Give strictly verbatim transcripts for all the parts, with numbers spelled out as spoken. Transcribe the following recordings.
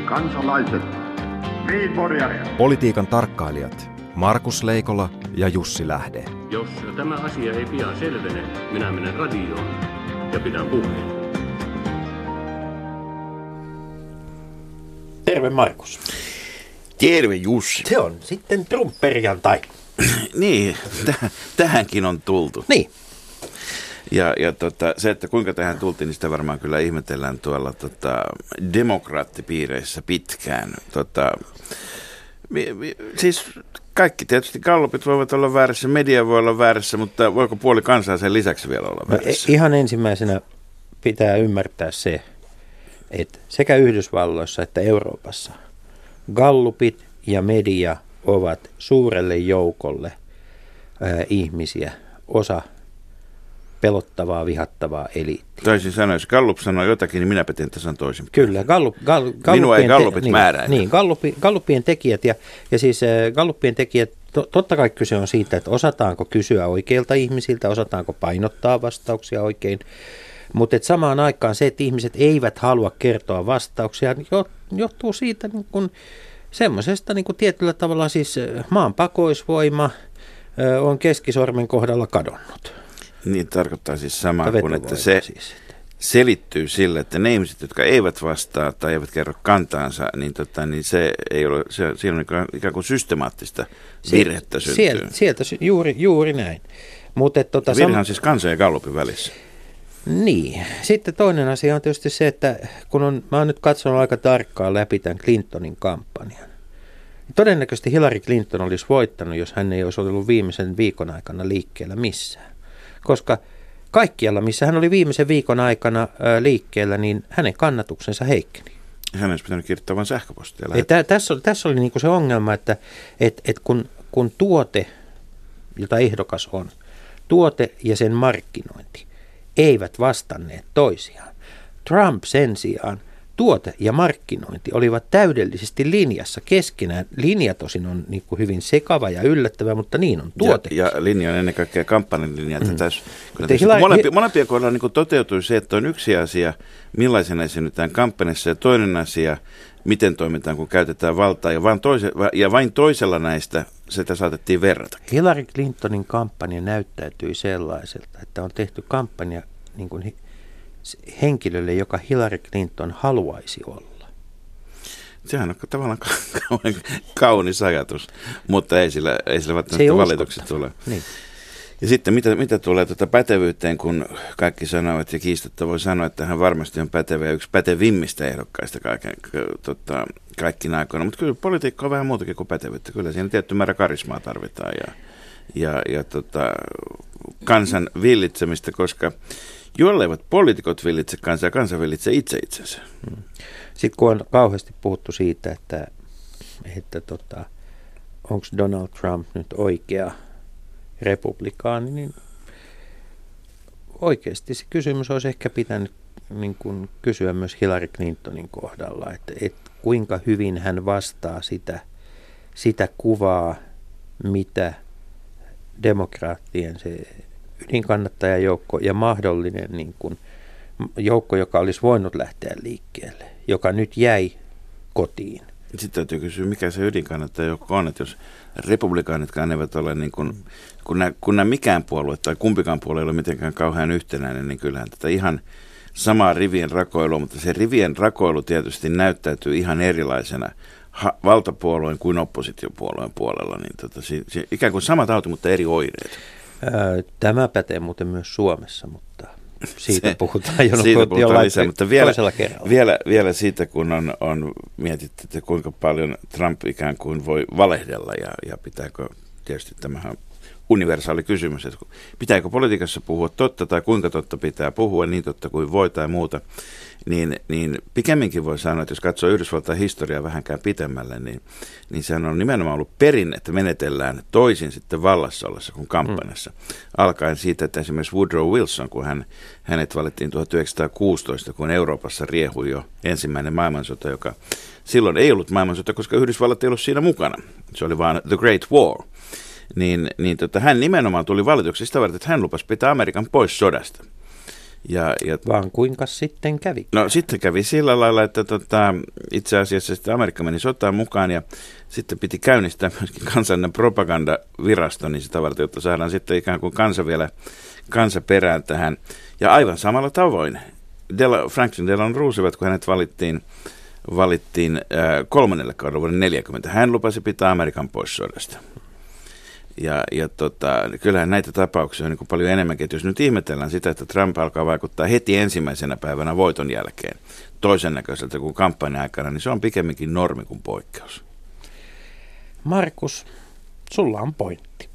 kansalaiset, politiikan tarkkailijat Markus Leikola ja Jussi Lähde. Jos tämä asia ei pian selvene, minä menen radioon ja pidän puheen. Terve Markus. Terve Jussi. Se on sitten Trump-perjantai. Niin, täh- tähänkin on tultu. Niin. Ja, ja tota, se, että kuinka tähän tultiin, niin sitä varmaan kyllä ihmetellään tuolla tota, demokraattipiireissä pitkään. Tota, mi, mi, siis kaikki tietysti gallupit voivat olla väärässä, media voi olla väärässä, mutta voiko puoli kansaa sen lisäksi vielä olla väärässä? No, ihan ensimmäisenä pitää ymmärtää se, että sekä Yhdysvalloissa että Euroopassa gallupit ja media ovat suurelle joukolle ää, ihmisiä osa pelottavaa, vihattavaa eliittiä. Taisin sanoa, jos Gallup sanoo jotakin, niin minä petin tasan toisin. Kyllä, Gallup, Gallup, Minua ei Gallupit te, määrää. Niin, niin Gallupi, Gallupien tekijät, ja, ja siis äh, Gallupien tekijät, to, totta kai kyse on siitä, että osataanko kysyä oikeilta ihmisiltä, osataanko painottaa vastauksia oikein, mutta samaan aikaan se, että ihmiset eivät halua kertoa vastauksia, johtuu siitä niin kun, semmoisesta niin kun tietyllä tavalla siis maan pakoisvoima äh, on keskisormen kohdalla kadonnut. Niin tarkoittaa siis samaa kuin, että se siis. selittyy sille, että ne ihmiset, jotka eivät vastaa tai eivät kerro kantaansa, niin, tota, niin se ei ole, se, siinä on ikään kuin systemaattista virhettä syntyy. Sieltä, sieltä juuri, juuri näin. Mut et, tota, virhe on sam- siis kansan ja Gallupin välissä. Niin. Sitten toinen asia on tietysti se, että kun on, mä oon nyt katsonut aika tarkkaan läpi tämän Clintonin kampanjan. Todennäköisesti Hillary Clinton olisi voittanut, jos hän ei olisi ollut viimeisen viikon aikana liikkeellä missään. Koska kaikkialla, missä hän oli viimeisen viikon aikana ää, liikkeellä, niin hänen kannatuksensa heikkeni. Hän olisi pitänyt kirjoittaa vain sähköpostia. Tä, tässä, tässä oli niinku se ongelma, että et, et kun, kun tuote, jota ehdokas on, tuote ja sen markkinointi eivät vastanneet toisiaan. Trump sen sijaan, tuote ja markkinointi olivat täydellisesti linjassa keskenään. Linja tosin on niin kuin hyvin sekava ja yllättävä, mutta niin on tuote. Ja, ja linja on ennen kaikkea kampanjan linja. Mm. Tässä, kyllä tässä Hila- molempia, molempia kohdalla niin toteutui se, että on yksi asia, millaisena esiinnytään kampanjassa, ja toinen asia, miten toimitaan, kun käytetään valtaa. Ja vain, toise, ja vain toisella näistä sitä saatettiin verrata. Hillary Clintonin kampanja näyttäytyi sellaiselta, että on tehty kampanja niin kuin henkilölle, joka Hillary Clinton haluaisi olla. Sehän on tavallaan kaunis ajatus, mutta ei sillä, ei sillä välttämättä valitukset tule. Niin. Ja sitten mitä, mitä tulee tuota pätevyyteen, kun kaikki sanovat ja kiistatta voi sanoa, että hän varmasti on pätevä ja yksi pätevimmistä ehdokkaista kaiken, tota, kaikkina aikoina. Mutta kyllä politiikka on vähän muutakin kuin pätevyyttä. Kyllä siinä tietty määrä karismaa tarvitaan ja, ja, ja tota, kansan villitsemistä, koska jolleivät poliitikot villitse kansaa, kansa villitse itse itsensä. Hmm. Sitten kun on kauheasti puhuttu siitä, että, että tota, onko Donald Trump nyt oikea republikaani, niin oikeasti se kysymys olisi ehkä pitänyt niin kuin kysyä myös Hillary Clintonin kohdalla, että, että kuinka hyvin hän vastaa sitä, sitä kuvaa, mitä demokraattien se ydinkannattajajoukko ja mahdollinen niin kuin, joukko, joka olisi voinut lähteä liikkeelle, joka nyt jäi kotiin. Sitten täytyy kysyä, mikä se ydinkannattajajoukko on, että jos republikaanitkaan eivät ole, niin kuin, kun, nämä, kun nämä mikään puolue tai kumpikaan puolue ei ole mitenkään kauhean yhtenäinen, niin kyllähän tätä ihan samaa rivien rakoilua, mutta se rivien rakoilu tietysti näyttäytyy ihan erilaisena ha- valtapuolueen kuin oppositiopuolueen puolella, niin tota, si- si- ikään kuin sama tauti, mutta eri oireet. Tämä pätee muuten myös Suomessa, mutta siitä se, puhutaan jo siitä puhutaan lisää, mutta vielä, toisella kerralla. Vielä, vielä siitä, kun on, on mietitty, että kuinka paljon Trump ikään kuin voi valehdella ja, ja pitääkö, tietysti tämähän universaali kysymys, että pitääkö politiikassa puhua totta tai kuinka totta pitää puhua, niin totta kuin voi tai muuta, niin, niin pikemminkin voi sanoa, että jos katsoo Yhdysvaltain historiaa vähänkään pitemmälle, niin, niin sehän on nimenomaan ollut perinne, että menetellään toisin sitten vallassa ollessa kuin kampanjassa. Mm. Alkaen siitä, että esimerkiksi Woodrow Wilson, kun hän, hänet valittiin tuhatyhdeksänsataakuusitoista, kun Euroopassa riehui jo ensimmäinen maailmansota, joka silloin ei ollut maailmansota, koska Yhdysvallat ei ollut siinä mukana. Se oli vaan The Great War. Niin, niin tota, hän nimenomaan tuli valituksi sitä varten, että hän lupasi pitää Amerikan pois sodasta. Ja, ja, Vaan kuinka sitten kävi? no sitten kävi sillä lailla, että tota, itse asiassa sitten Amerikka meni sotaan mukaan ja sitten piti käynnistää myöskin kansallinen propagandavirasto, niin sitä varten, jotta saadaan sitten ikään kuin kansa vielä kansa perään tähän. Ja aivan samalla tavoin Del- Franklin Delano Roosevelt, kun hänet valittiin, valittiin äh, kolmannelle kaudella vuoden neljäkymmentä, hän lupasi pitää Amerikan pois sodasta. Ja, ja tota, kyllähän näitä tapauksia on niin kuin paljon enemmänkin, että jos nyt ihmetellään sitä, että Trump alkaa vaikuttaa heti ensimmäisenä päivänä voiton jälkeen toisen näköiseltä kuin kampanja-aikana, niin se on pikemminkin normi kuin poikkeus. Markus, sulla on pointti.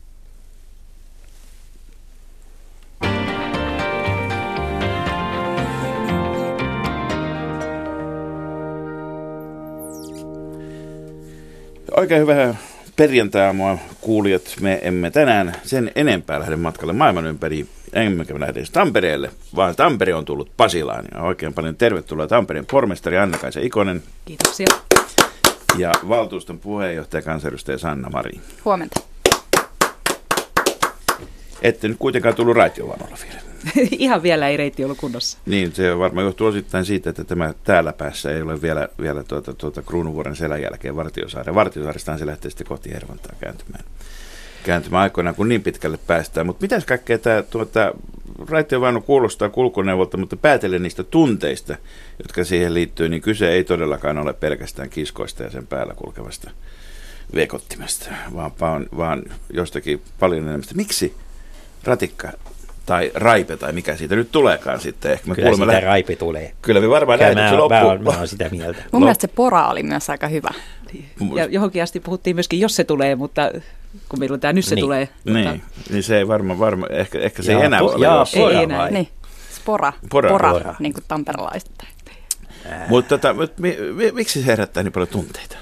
Oikein hyvää perjantai-aamua kuulijat. Me emme tänään sen enempää lähde matkalle maailman ympäri, emmekä lähde edes Tampereelle, vaan Tampere on tullut Pasilaan. Ja oikein paljon tervetuloa Tampereen pormestari Anna-Kaisa Ikonen. Kiitoksia. Ja valtuuston puheenjohtaja kansanedustaja Sanna Marin. Huomenta. Ette nyt kuitenkaan tullut raitiovaunulla vielä. Ihan vielä ei reitti ollut kunnossa. Niin, se varmaan johtuu osittain siitä, että tämä täällä päässä ei ole vielä, vielä tuota, tuota Kruunuvuoren selän jälkeen Vartiosaari. Vartiosaarestahan se lähtee sitten kohti Hervantaa kääntymään, kääntymään aikoinaan, kun niin pitkälle päästään. Mutta mitäs kaikkea tämä tuota, raitiovaunu kuulostaa kulkuneuvolta, mutta päätellen niistä tunteista, jotka siihen liittyy, niin kyse ei todellakaan ole pelkästään kiskoista ja sen päällä kulkevasta vekottimesta, vaan, vaan, vaan jostakin paljon enemmän. Miksi ratikka tai raipe tai mikä siitä nyt tuleekaan sitten? Ehkä me Kyllä siitä lä- raipe tulee. Kyllä me varmaan Kyllä lähetyksen mä, mä, loppuun. mä oon sitä mieltä. Mun mielestä se pora oli myös aika hyvä. Ja Ja johonkin asti puhuttiin myöskin, jos se tulee, mutta kun meillä on tämä nyt se Niin. tulee. Niin, niin se ei varmaan, varma, ehkä, ehkä se Jaa, ei enää po- ole jaa, jossain. pora Ei enää. vai? Niin. Spora. Pora. Pora, Pora. niin kuin tamperelaista. Mutta tota, mut mi, mi, miksi se herättää niin paljon tunteita?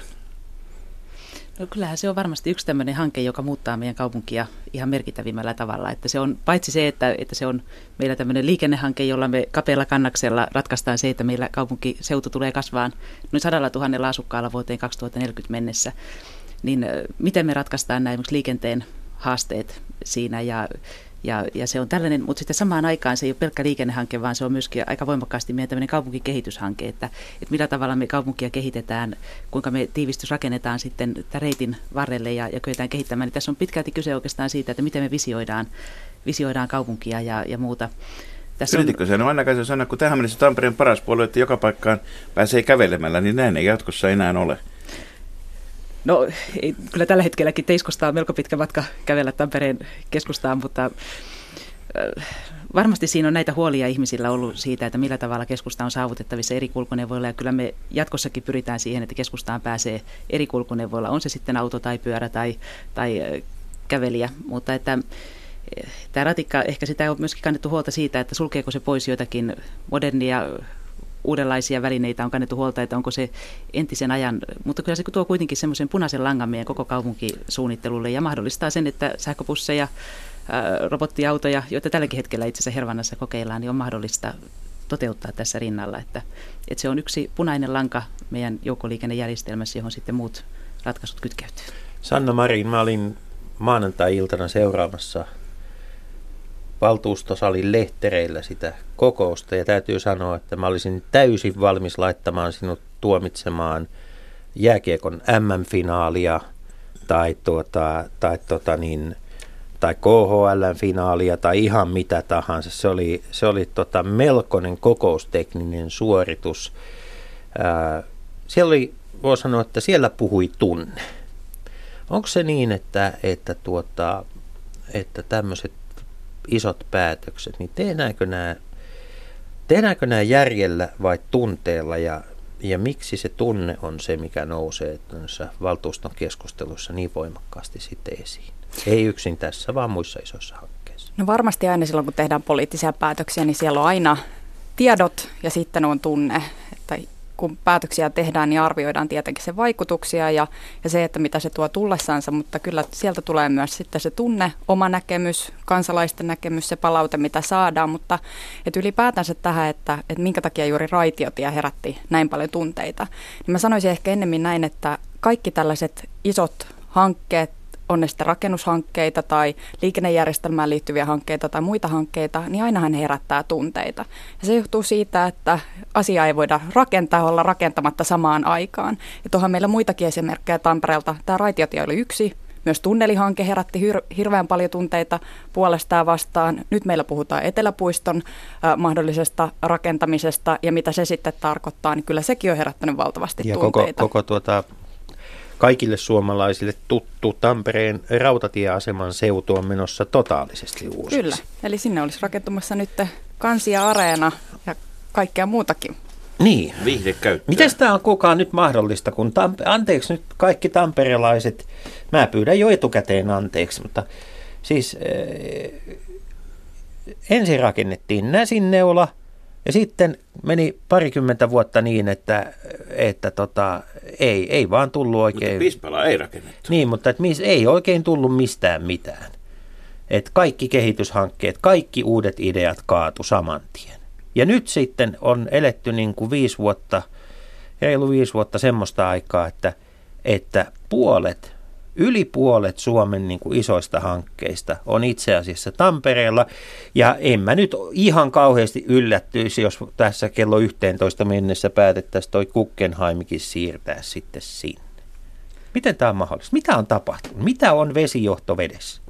No kyllähän se on varmasti yksi tämmöinen hanke, joka muuttaa meidän kaupunkia ihan merkittävimmällä tavalla. Että se on paitsi se, että, että se on meillä tämmöinen liikennehanke, jolla me kapealla kannaksella ratkaistaan se, että meillä kaupunkiseutu tulee kasvaan noin sadalla tuhannella asukkaalla vuoteen kaksituhattaneljäkymmentä mennessä. Niin miten me ratkaistaan nämä liikenteen haasteet siinä ja Ja, ja se on tällainen, mutta sitten samaan aikaan se ei ole pelkkä liikennehanke, vaan se on myöskin aika voimakkaasti meidän tämmöinen kaupunkikehityshanke, että, että millä tavalla me kaupunkia kehitetään, kuinka me tiivistys rakennetaan sitten tämän reitin varrelle ja, ja kyetään kehittämään. Niin tässä on pitkälti kyse oikeastaan siitä, että miten me visioidaan, visioidaan kaupunkia ja, ja muuta. Yritikö se? No Anna-Kaisa sanoa, kun tähän mennessä Tampereen paras puolue, että joka paikkaan pääsee kävelemällä, niin näin ei jatkossa enää ole. No ei, kyllä tällä hetkelläkin Teiskosta on melko pitkä matka kävellä Tampereen keskustaan, mutta äh, varmasti siinä on näitä huolia ihmisillä ollut siitä, että millä tavalla keskusta on saavutettavissa eri kulkuneuvoilla. Ja kyllä me jatkossakin pyritään siihen, että keskustaan pääsee eri kulkuneuvoilla, on se sitten auto tai pyörä tai, tai äh, kävelijä. Mutta että äh, tämä ratikka, ehkä sitä on myöskin kannettu huolta siitä, että sulkeeko se pois joitakin modernia uudenlaisia välineitä, on kannettu huolta, että onko se entisen ajan, mutta kyllä se tuo kuitenkin semmoisen punaisen langan meidän koko kaupunkisuunnittelulle ja mahdollistaa sen, että sähköbusseja, ää, robottiautoja, joita tälläkin hetkellä itse asiassa Hervannassa kokeillaan, niin on mahdollista toteuttaa tässä rinnalla, että, että se on yksi punainen lanka meidän joukkoliikennejärjestelmässä, johon sitten muut ratkaisut kytkeytyy. Sanna Marin, mä olin maanantai-iltana seuraamassa valtuustosalin lehtereillä sitä kokousta ja täytyy sanoa, että mä olisin täysin valmis laittamaan sinut tuomitsemaan jääkiekon äm äm-finaalia tai, tuota, tai, tuota niin, tai K H L-finaalia tai ihan mitä tahansa. Se oli, se oli tota melkoinen kokoustekninen suoritus. Ää, siellä oli, voi sanoa, että siellä puhui tunne. Onko se niin, että, että, tuota, että tämmöiset isot päätökset, niin tehdäänkö nämä, tehdäänkö nämä järjellä vai tunteella ja, ja miksi se tunne on se, mikä nousee tuossa valtuuston keskustelussa niin voimakkaasti sitten esiin? Ei yksin tässä, vaan muissa isoissa hankkeissa. No varmasti aina silloin, kun tehdään poliittisia päätöksiä, niin siellä on aina tiedot ja sitten on tunne, että kun päätöksiä tehdään, niin arvioidaan tietenkin sen vaikutuksia ja, ja se, että mitä se tuo tullessansa, mutta kyllä sieltä tulee myös sitten se tunne, oma näkemys, kansalaisten näkemys, se palaute, mitä saadaan, mutta että ylipäätänsä tähän, että, että minkä takia juuri raitiotie herätti näin paljon tunteita, niin mä sanoisin ehkä ennemmin näin, että kaikki tällaiset isot hankkeet on ne sitten rakennushankkeita tai liikennejärjestelmään liittyviä hankkeita tai muita hankkeita, niin ainahan he herättää tunteita. Ja se johtuu siitä, että asiaa ei voida rakentaa, olla rakentamatta samaan aikaan. Ja tuohon meillä muitakin esimerkkejä Tampereelta. Tämä raitiotie oli yksi. Myös tunnelihanke herätti hir- hirveän paljon tunteita puolesta ja vastaan. Nyt meillä puhutaan Eteläpuiston äh, mahdollisesta rakentamisesta ja mitä se sitten tarkoittaa, niin kyllä sekin on herättänyt valtavasti ja tunteita. Koko, koko tuota, kaikille suomalaisille tuttu Tampereen rautatieaseman seutu on menossa totaalisesti uusiksi. Kyllä, eli sinne olisi rakentumassa nyt Kansia-areena ja kaikkea muutakin. Niin. Viihdekäyttöä. Miten tämä on kukaan nyt mahdollista, kun Tampe- anteeksi nyt kaikki tamperelaiset, mä pyydän jo etukäteen anteeksi, mutta siis äh, ensin rakennettiin Näsinneula ja sitten meni parikymmentä vuotta niin, että, että tota, ei, ei vaan tullut oikein. Mutta Pispala ei rakennettu. Niin, mutta et mis, ei oikein tullut mistään mitään. Et kaikki kehityshankkeet, kaikki uudet ideat kaatu saman tien. Ja nyt sitten on eletty niin kuin viisi vuotta, reilu viisi vuotta semmoista aikaa, että, että puolet, yli puolet Suomen niin kuin isoista hankkeista on itse asiassa Tampereella. Ja en mä nyt ihan kauheasti yllättyisi, jos tässä kello yhteentoista mennessä päätettäisiin toi Guggenheimikin siirtää sitten sinne. Miten tämä on mahdollista? Mitä on tapahtunut? Mitä on vesijohto vedessä?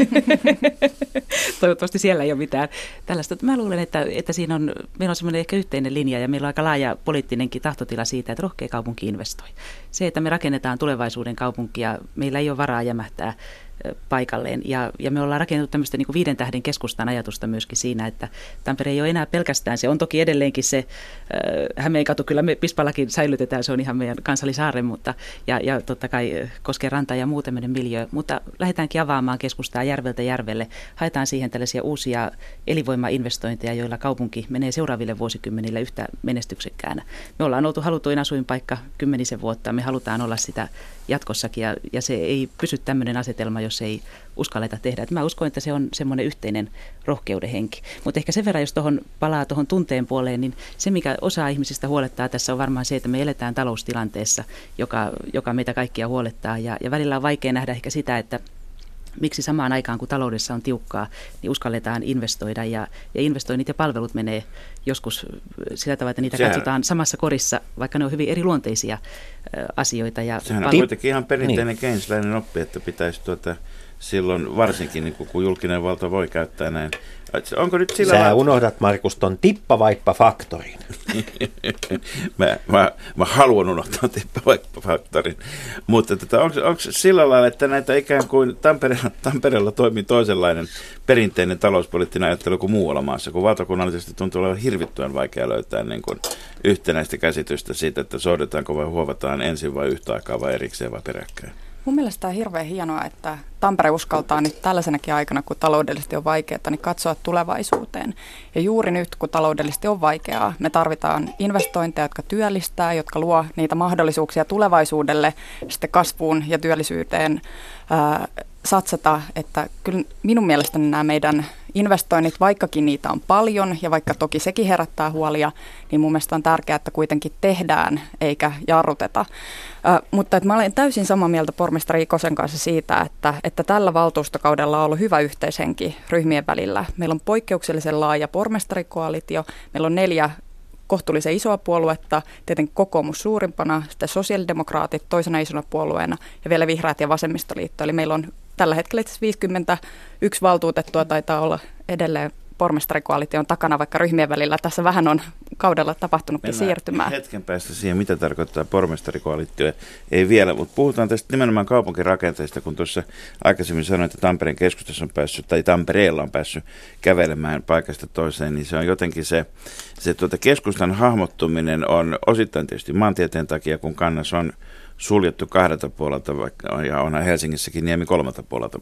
Toivottavasti siellä ei ole mitään tällaista. Mä luulen, että, että siinä on, meillä on semmoinen ehkä yhteinen linja ja meillä on aika laaja poliittinenkin tahtotila siitä, että rohkea kaupunki investoi. Se, että me rakennetaan tulevaisuuden kaupunkia, meillä ei ole varaa jämähtää paikalleen. Ja, ja me ollaan rakennettu tämmöistä niin kuin viiden tähden keskustan ajatusta myöskin siinä, että Tampere ei ole enää pelkästään, se on toki edelleenkin se, äh, Hämeenkatu, kyllä me Pispallakin säilytetään, se on ihan meidän kansallisaarre, mutta, ja, ja totta kai Kosken ranta ja muu tämmöinen miljöö, mutta lähdetäänkin avaamaan keskustaa järveltä järvelle, haetaan siihen tällaisia uusia elinvoimainvestointeja, joilla kaupunki menee seuraaville vuosikymmenille yhtä menestyksekkäänä. Me ollaan oltu haluttuin asuinpaikka kymmenisen vuotta, me halutaan olla sitä jatkossakin ja, ja se ei pysy tämmöinen asetelma, jos ei uskalleta tehdä. Et mä uskon, että se on semmoinen yhteinen rohkeuden henki. Mutta ehkä sen verran, jos tohon palaa tuohon tunteen puoleen, niin se, mikä osa ihmisistä huolettaa tässä on varmaan se, että me eletään taloustilanteessa, joka, joka meitä kaikkia huolettaa. Ja, ja välillä on vaikea nähdä ehkä sitä, että miksi samaan aikaan, kun taloudessa on tiukkaa, niin uskalletaan investoida ja, ja investoinnit ja palvelut menee joskus sillä tavalla, että niitä Sehän, katsotaan samassa korissa, vaikka ne on hyvin eriluonteisia ä, asioita. Ja Sehän on kuitenkin ihan perinteinen niin. Keynesläinen oppi, että pitäisi tuota, silloin varsinkin, niin kun julkinen valta voi käyttää näin. Onko nyt sillä Sä la- unohdat, Markus, ton tippa-vaippa-faktorin. mä, mä, mä haluan unohtaa tippa-vaippa-faktorin. Mutta tota, onko, onko sillä lailla, että näitä ikään kuin Tampereella, Tampereella toimii toisenlainen perinteinen talouspoliittinen ajattelu kuin muualla maassa, kun valtakunnallisesti tuntuu olevan hirvittävän vaikea löytää niin kuin yhtenäistä käsitystä siitä, että sohdetaanko vai huovataan ensin vai yhtä aikaa vai erikseen vai peräkkäin. Mun mielestä on hirveän hienoa, että Tampere uskaltaa nyt tällaisenakin aikana, kun taloudellisesti on vaikeaa, niin katsoa tulevaisuuteen. Ja juuri nyt, kun taloudellisesti on vaikeaa, me tarvitaan investointeja, jotka työllistää, jotka luo niitä mahdollisuuksia tulevaisuudelle, sitten kasvuun ja työllisyyteen ää, satsata. Että kyllä minun mielestäni nämä meidän investoinnit, vaikkakin niitä on paljon ja vaikka toki sekin herättää huolia, niin mun mielestä on tärkeää, että kuitenkin tehdään eikä jarruteta. Äh, mutta että mä olen täysin samaa mieltä pormestari Ikosen kanssa siitä, että, että tällä valtuustokaudella on ollut hyvä yhteishenki ryhmien välillä. Meillä on poikkeuksellisen laaja pormestarikoalitio, meillä on neljä kohtuullisen isoa puoluetta, tietenkin kokoomus suurimpana, sitten sosiaalidemokraatit toisena isona puolueena ja vielä vihreät ja vasemmistoliitto. Eli meillä on tällä hetkellä viisikymmentäyksi valtuutettua taitaa olla edelleen pormestarikoalition takana, vaikka ryhmien välillä tässä vähän on kaudella tapahtunutkin Mennään siirtymää. Hetken päästä siihen, mitä tarkoittaa pormestarikoalitio. Ei vielä, mutta puhutaan tästä nimenomaan kaupunkirakenteesta, kun tuossa aikaisemmin sanoin, että Tampereen keskustassa on päässyt, tai Tampereella on päässyt kävelemään paikasta toiseen, niin se on jotenkin se, se tuota keskustan hahmottuminen on osittain tietysti maantieteen takia, kun Kannas on suljettu kahdelta puolelta, vaikka ja onhan Helsingissäkin Niemi kolmelta puolelta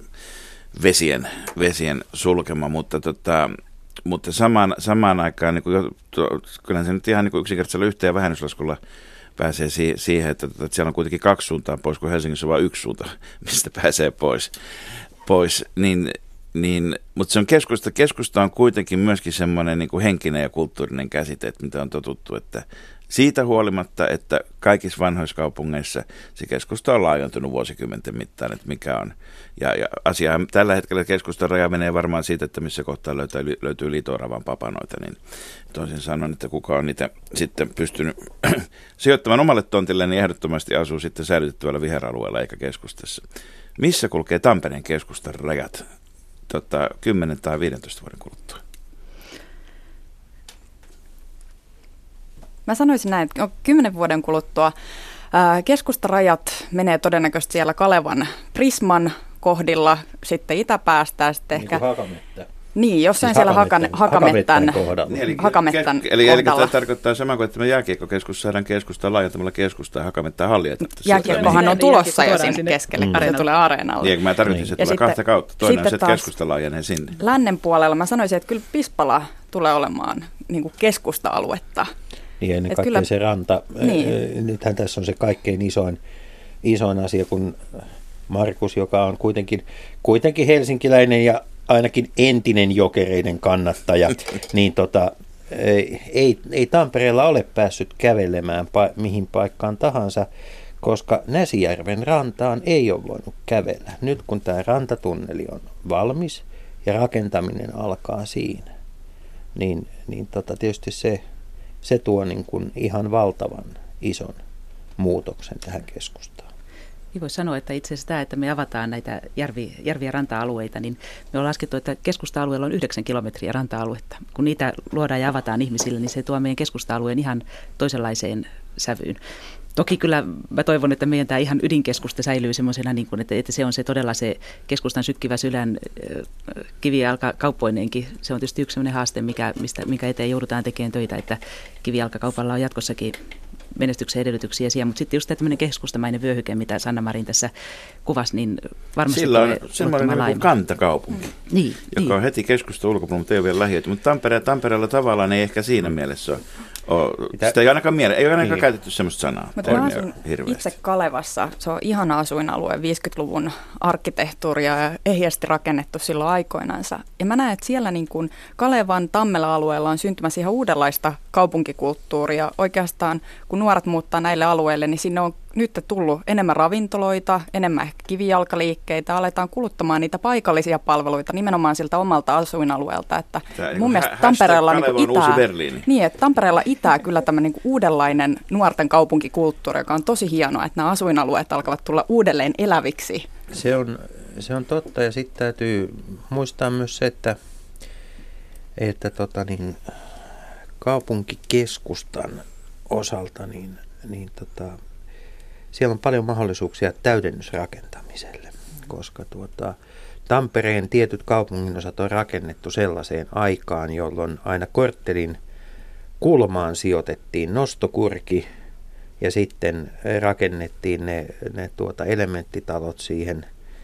vesien, vesien sulkema, mutta, tota, mutta samaan, samaan aikaan niin kuin, to, kyllä se nyt ihan niin yksinkertaisella yhteen vähennyslaskulla pääsee si- siihen, että, että siellä on kuitenkin kaksi suuntaa pois, kun Helsingissä on vain yksi suunta, mistä pääsee pois. pois niin, niin, mutta se on keskusta. Keskusta on kuitenkin myöskin semmoinen niin kuin henkinen ja kulttuurinen käsite, että mitä on totuttu, että Siitä huolimatta, että kaikissa vanhoissa kaupungeissa se keskusta on laajentunut vuosikymmenten mittaan, että mikä on. Ja, ja asia tällä hetkellä keskustan raja menee varmaan siitä, että missä kohtaa löytyy, löytyy Liito-Oravan papanoita, niin toisin sanoen, että kuka on niitä sitten pystynyt sijoittamaan omalle tontille, niin ehdottomasti asuu sitten säilytettävällä viheralueella eikä keskustassa. Missä kulkee Tampereen keskustan rajat tota, kymmenen tai viidentoista vuoden kuluttua? Mä sanoisin näin, että kymmenen vuoden kuluttua ää, keskustarajat menee todennäköisesti siellä Kalevan Prisman kohdilla, sitten itäpäästä ja sitten niin ehkä... Hakamettä. Niin, jossain siis siellä Hakamettan, Hakamettan, Hakamettan kohdalla. Niin, eli, Hakamettan ke, eli, eli tämä kohdalla. tarkoittaa sama kuin, että me jääkiekkokeskus saadaan keskustaa laajentamalla keskustaa Hakamettaan hallia. Jääkiekkohan on tulossa jo sinne, sinne keskelle, mm. kun se tulee areenalle. Niin, mä tarkoitin, että se tulee kahta kautta. Toinen on se, että keskusta laajenee sinne. Lännen puolella mä sanoisin, että kyllä Pispala tulee olemaan niin kuin keskusta-aluetta. Niin ennen Et kaikkea kyllä, se ranta, niin. nythän tässä on se kaikkein isoin, isoin asia, kun Markus, joka on kuitenkin, kuitenkin helsinkiläinen ja ainakin entinen Jokereiden kannattaja, niin tota, ei, ei Tampereella ole päässyt kävelemään pa, mihin paikkaan tahansa, koska Näsijärven rantaan ei ole voinut kävellä. Nyt kun tämä rantatunneli on valmis ja rakentaminen alkaa siinä, niin, niin tota, tietysti se, se tuo niin kuin ihan valtavan ison muutoksen tähän keskustaan. Niin voisi sanoa, että itse asiassa tämä, että me avataan näitä järvi, järvi- ja ranta-alueita, niin me on laskettu, että keskusta-alueella on yhdeksän kilometriä ranta-aluetta. Kun niitä luodaan ja avataan ihmisille, niin se tuo meidän keskusta-alueen ihan toisenlaiseen sävyyn. Toki kyllä mä toivon, että meidän tämä ihan ydinkeskusta säilyy semmoisena, niin kuin, että, että se on se todella se keskustan sykkivä sydän kivijalka kauppoineenkin. Se on tietysti yksi sellainen haaste, mikä, mistä, minkä eteen joudutaan tekemään töitä, että kivijalkakaupalla on jatkossakin menestyksen edellytyksiä siellä, mutta sitten just tämmöinen keskustamainen vyöhyke, mitä Sanna Marin tässä kuvasi, niin varmasti sillä on tulee semmoinen niin kantakaupunki, mm. niin, joka niin. on heti keskustan ulkopuolella, mutta ei ole vielä lähiöitä. Mutta Tampere, Tampereella tavallaan ei ehkä siinä mielessä ole. Sitä ei ainakaan, miele- ei ole ainakaan niin. käytetty semmoista sanaa. Mutta mä asun itse Kalevassa. Se on ihana asuinalue, viisikymmentäluvun arkkitehtuuria ja ehjästi rakennettu silloin aikoinansa. Ja mä näen, että siellä niin kuin Kalevan Tammela-alueella on syntymässä ihan uudenlaista kaupunkikulttuuria. Oikeastaan kun nuoret muuttaa näille alueille, niin sinne on nyt tullut enemmän ravintoloita, enemmän ehkä kivijalkaliikkeitä, aletaan kuluttamaan niitä paikallisia palveluita nimenomaan siltä omalta asuinalueelta. Että mun mielestä Tampereella niin itää, niin, että Tampereella itää kyllä tämmöinen niin uudenlainen nuorten kaupunkikulttuuri, joka on tosi hienoa, että nämä asuinalueet alkavat tulla uudelleen eläviksi. Se on, se on totta, ja sitten täytyy muistaa myös se, että, että tota niin, kaupunkikeskustan osalta niin, niin tota, siellä on paljon mahdollisuuksia täydennysrakentamiselle, koska tuota, Tampereen tietyt kaupunginosat on rakennettu sellaiseen aikaan, jolloin aina korttelin kulmaan sijoitettiin nostokurki ja sitten rakennettiin ne, ne tuota elementtitalot siihen,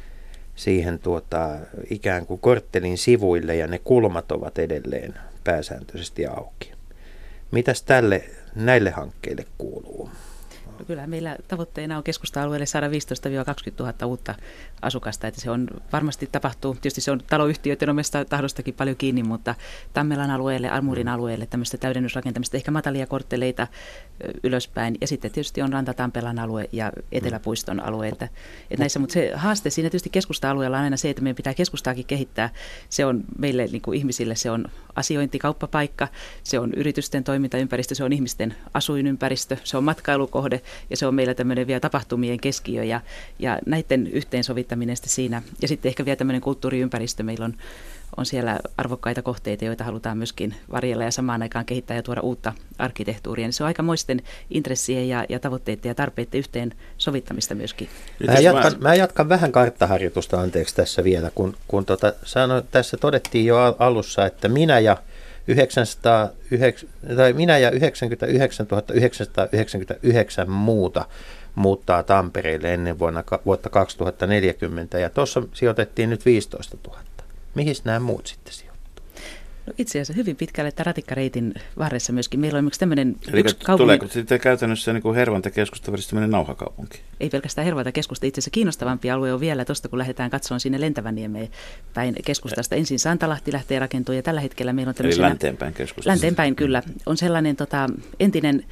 siihen tuota, ikään kuin korttelin sivuille, ja ne kulmat ovat edelleen pääsääntöisesti auki. Mitäs tälle, näille hankkeille kuuluu? No kyllä meillä tavoitteena on keskusta-alueelle saada viisitoista kaksikymmentätuhatta uutta asukasta, että se on varmasti tapahtuu, tietysti se on taloyhtiöiden omasta tahdostakin paljon kiinni, mutta Tammelan alueelle, Almurin alueelle tämmöistä täydennysrakentamista, ehkä matalia kortteleita ylöspäin, ja sitten tietysti on Ranta-Tampelan alue ja Eteläpuiston alue, että, että näissä, mutta se haaste siinä tietysti keskusta-alueella on aina se, että meidän pitää keskustaakin kehittää, se on meille niin kuin ihmisille, se on asiointi, kauppapaikka, se on yritysten toimintaympäristö, se on ihmisten asuinympäristö, se on matkailukohde, ja se on meillä tämmöinen vielä tapahtumien keskiö, ja, ja näiden yhteensovittaminen sitten siinä. Ja sitten ehkä vielä tämmöinen kulttuuriympäristö. Meillä on, on siellä arvokkaita kohteita, joita halutaan myöskin varjella ja samaan aikaan kehittää ja tuoda uutta arkkitehtuuria. Niin se on aikamoisten intressien ja, ja tavoitteiden ja tarpeiden yhteen sovittamista myöskin. Mä jatkan, mä jatkan vähän karttaharjoitusta, anteeksi tässä vielä, kun, kun tota, sano, tässä todettiin jo alussa, että minä ja yhdeksänsataayhdeksän, tai minä ja yhdeksänkymmentäyhdeksäntuhatta yhdeksänsataayhdeksänkymmentäyhdeksän muuta muuttaa Tampereelle ennen vuonna, vuotta kaksituhattaneljäkymmentä, ja tuossa sijoitettiin nyt viisitoistatuhatta. Mihin nämä muut sitten sijoittuu? No itse asiassa hyvin pitkälle että ratikkareitin varressa myöskin. Meillä on esimerkiksi tämmöinen Eli yksi kaupunki. Tuleeko sitten käytännössä niin kuin Hervanta-keskusta välistä tämmöinen nauhakaupunki? Ei pelkästään Hervanta-keskusta. Itse asiassa kiinnostavampi alue on vielä tuosta, kun lähdetään katsomaan sinne Lentäväniemeen päin keskustasta. Ensin Santalahti lähtee rakentumaan, ja tällä hetkellä meillä on tämmöisenä... Eli länteenpäin keskustasta. Länteenpäin kyllä. On sellainen tota, entinen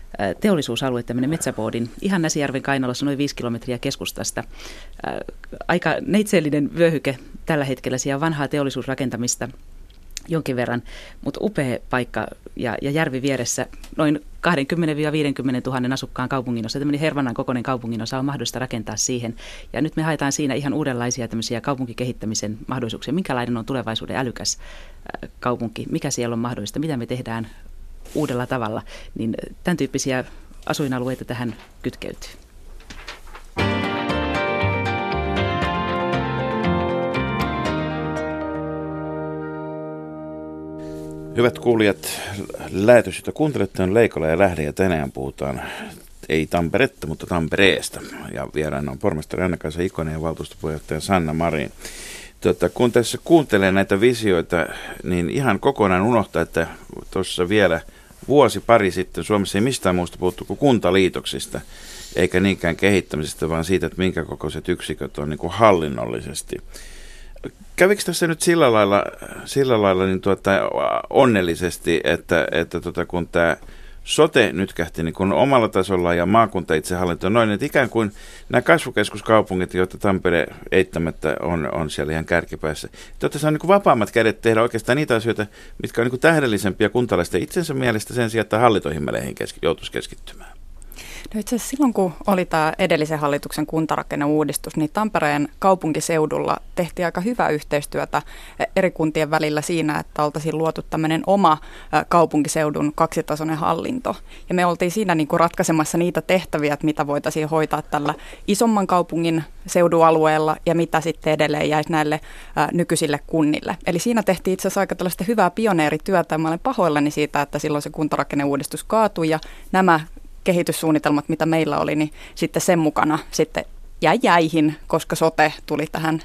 teollisuusalue, tämmöinen Metsäboodin, ihan Näsijärven kainalossa noin viisi kilometriä keskustasta. Aika neitseellinen vyöhyke tällä hetkellä, siellä on vanhaa teollisuusrakentamista jonkin verran, mutta upea paikka ja, ja järvi vieressä, noin kaksikymmentä viisikymmentä tuhannen asukkaan kaupunginosa, tämmöinen Hervannan kokoinen kaupunginosa on mahdollista rakentaa siihen. Ja nyt me haetaan siinä ihan uudenlaisia tämmöisiä kaupunkikehittämisen mahdollisuuksia. Minkälainen on tulevaisuuden älykäs kaupunki, mikä siellä on mahdollista, mitä me tehdään uudella tavalla, niin tämän tyyppisiä asuinalueita tähän kytkeytyy. Hyvät kuulijat, lähetys, jota kuuntelette, on Leikola ja Lähde, ja tänään puhutaan ei Tamperetta, mutta Tampereesta. Ja vieraana on pormestari Anna-Kaisa Ikonen ja valtuustopuheenjohtaja Sanna Marin. Tuota, kun tässä kuuntelee näitä visioita, niin ihan kokonaan unohtaa, että tuossa vielä vuosi pari sitten Suomessa ei mistään muusta puhuttu kuin kuntaliitoksista, eikä niinkään kehittämisestä, vaan siitä, että minkä kokoiset yksiköt on niin kuin hallinnollisesti. Kävikö tässä nyt sillä lailla, sillä lailla niin tuota, onnellisesti, että, että tuota, kun tämä sote nyt kähti niin kuin omalla tasolla ja maakunta itsehallinto noin, että ikään kuin nämä kasvukeskuskaupungit, joita Tampere eittämättä on, on siellä ihan kärkipäässä, että se on niin kuin vapaammat kädet tehdä oikeastaan niitä asioita, mitkä on niin kuin tähdellisempiä kuntalaisten itsensä mielestä sen sijaan, että hallintohimmeleihin keski, joutuisi keskittymään. No itse asiassa silloin, kun oli tämä edellisen hallituksen kuntarakenneuudistus, niin Tampereen kaupunkiseudulla tehtiin aika hyvää yhteistyötä eri kuntien välillä siinä, että oltaisiin luotu tämmöinen oma kaupunkiseudun kaksitasoinen hallinto. Ja me oltiin siinä niin kuin ratkaisemassa niitä tehtäviä, että mitä voitaisiin hoitaa tällä isomman kaupungin seudualueella ja mitä sitten edelleen jäisi näille nykyisille kunnille. Eli siinä tehtiin itse asiassa aika tällaista hyvää pioneerityötä, ja mä olen pahoillani siitä, että silloin se kuntarakenneuudistus kaatui ja nämä kehityssuunnitelmat, mitä meillä oli, niin sitten sen mukana sitten jäi jäihin, koska sote tuli tähän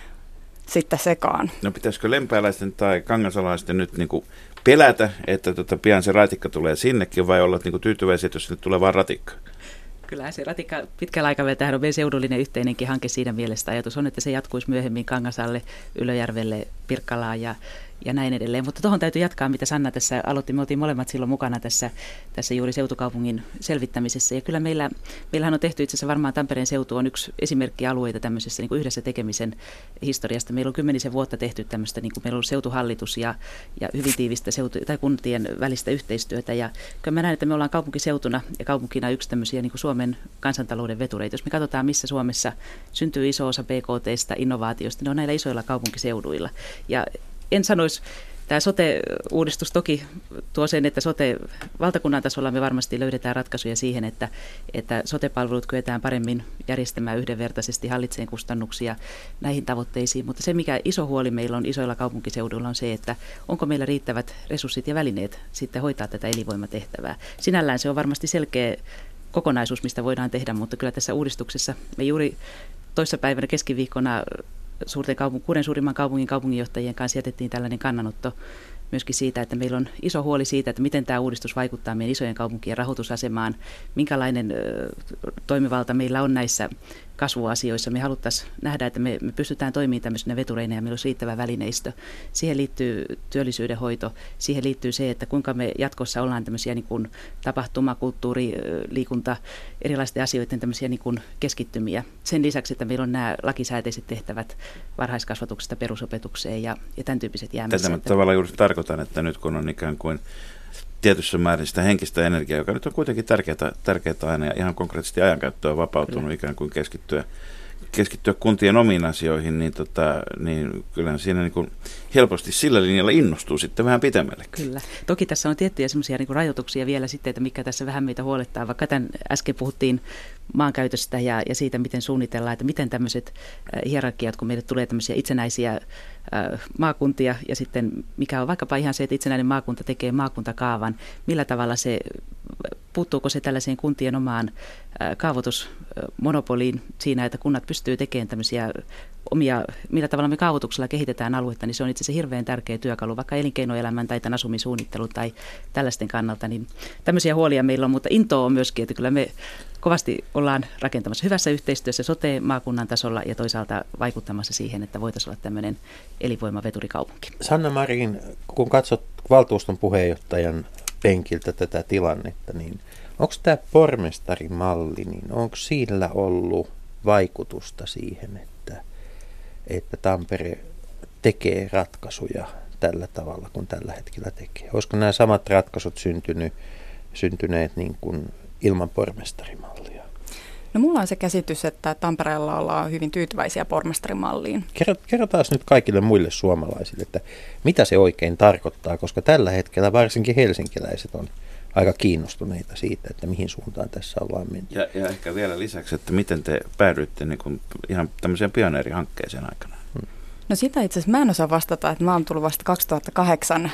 sitten sekaan. No pitäisikö lempääläisten tai kangasalaisten nyt niin kuin pelätä, että tota pian se ratikka tulee sinnekin, vai olla niin kuin tyytyväisiä, jos sinne tulee vaan ratikka? Kyllä se ratikka pitkällä aikavälillä tähän on meidän seudullinen yhteinenkin hanke siinä mielessä. Ajatus on, että se jatkuisi myöhemmin Kangasalle, Ylöjärvelle, Pirkkalaan ja ja näin edelleen. Mutta tuohon täytyy jatkaa, mitä Sanna tässä aloitti. Me oltiin molemmat silloin mukana tässä, tässä juuri seutukaupungin selvittämisessä. Ja kyllä meillä, meillähän on tehty itse asiassa varmaan Tampereen seutu on yksi esimerkki alueita tämmöisessä niin kuin yhdessä tekemisen historiasta. Meillä on kymmenisen vuotta tehty tämmöistä, niin kuin meillä on ollut seutuhallitus ja, ja hyvin tiivistä seutu, tai kuntien välistä yhteistyötä. Ja kyllä mä näen, että me ollaan kaupunkiseutuna ja kaupunkina yksi tämmöisiä niin kuin Suomen kansantalouden vetureita. Jos me katsotaan, missä Suomessa syntyy iso osa B K T:stä, innovaatiosta, ne on näillä isoilla kaupunkiseuduilla. Ja en sanoisi, tämä sote-uudistus toki tuo sen, että sote valtakunnan tasolla me varmasti löydetään ratkaisuja siihen, että, että sote-palvelut kyetään paremmin järjestämään yhdenvertaisesti, hallitseen kustannuksia näihin tavoitteisiin. Mutta se, mikä iso huoli meillä on isoilla kaupunkiseuduilla, on se, että onko meillä riittävät resurssit ja välineet sitten hoitaa tätä elinvoimatehtävää. Sinällään se on varmasti selkeä kokonaisuus, mistä voidaan tehdä, mutta kyllä tässä uudistuksessa me juuri toissapäivänä keskiviikkona suurten kaupung- kuuden suurimman kaupungin kaupunginjohtajien kanssa jätettiin tällainen kannanotto myöskin siitä, että meillä on iso huoli siitä, että miten tämä uudistus vaikuttaa meidän isojen kaupunkien rahoitusasemaan, minkälainen ö, toimivalta meillä on näissä kasvuasioissa. Me haluttaisiin nähdä, että me, me pystytään toimimaan tämmöisenä vetureina ja meillä olisi riittävä välineistö. Siihen liittyy työllisyyden hoito, siihen liittyy se, että kuinka me jatkossa ollaan tämmöisiä niin kuin tapahtuma, kulttuuri, liikunta, erilaisten asioiden tämmöisiä niin kuin keskittymiä. Sen lisäksi, että meillä on nämä lakisääteiset tehtävät varhaiskasvatuksesta perusopetukseen ja, ja tämän tyyppiset jäämiset. Tätä tavallaan juuri tarkoitan, että nyt kun on ikään kuin tietyssä määrin sitä henkistä energiaa, joka nyt on kuitenkin tärkeää, tärkeää aina ja ihan konkreettisesti ajankäyttöä vapautunut Kyllä. ikään kuin keskittyä, keskittyä kuntien omiin asioihin, niin, tota, niin kyllähän siinä niin kuin helposti sillä linjalla innostuu sitten vähän pitemmälle. Kyllä. Toki tässä on tiettyjä semmoisia niin kuin rajoituksia vielä sitten, että mikä tässä vähän meitä huolettaa. Vaikka tämän äsken puhuttiin maankäytöstä ja, ja siitä, miten suunnitellaan, että miten tämmöiset äh, hierarkiat, kun meille tulee tämmöisiä itsenäisiä äh, maakuntia ja sitten mikä on vaikkapa ihan se, että itsenäinen maakunta tekee maakuntakaavan, millä tavalla se, puuttuuko se tällaiseen kuntien omaan äh, kaavoitusmonopoliin siinä, että kunnat pystyy tekemään tämmöisiä omia, millä tavalla me kaavoituksella kehitetään aluetta, niin se on itse asiassa hirveän tärkeä työkalu, vaikka elinkeinoelämän tai tämän asumissuunnittelun tai tällaisten kannalta, niin tämmöisiä huolia meillä on, mutta intoa on myöskin, että kyllä me kovasti ollaan rakentamassa hyvässä yhteistyössä sote-maakunnan tasolla ja toisaalta vaikuttamassa siihen, että voitaisiin olla tämmöinen elinvoimaveturikaupunki. Sanna Marin, kun katsot valtuuston puheenjohtajan penkiltä tätä tilannetta, niin onko tämä pormestarimalli, niin onko sillä ollut vaikutusta siihen, että, että Tampere tekee ratkaisuja tällä tavalla kuin tällä hetkellä tekee? Olisiko nämä samat ratkaisut syntynyt, syntyneet niin kuin ilman pormestarimallia? No mulla on se käsitys, että Tampereella ollaan hyvin tyytyväisiä pormestarimalliin. Kerrotaan nyt kaikille muille suomalaisille, että mitä se oikein tarkoittaa, koska tällä hetkellä varsinkin helsinkiläiset on aika kiinnostuneita siitä, että mihin suuntaan tässä ollaan menty. Ja, ja ehkä vielä lisäksi, että miten te päädyitte niin kuin ihan tämmöiseen pioneerihankkeeseen aikana? Hmm. No sitä itse asiassa mä en osaa vastata, että mä oon tullut vasta kaksituhattakahdeksan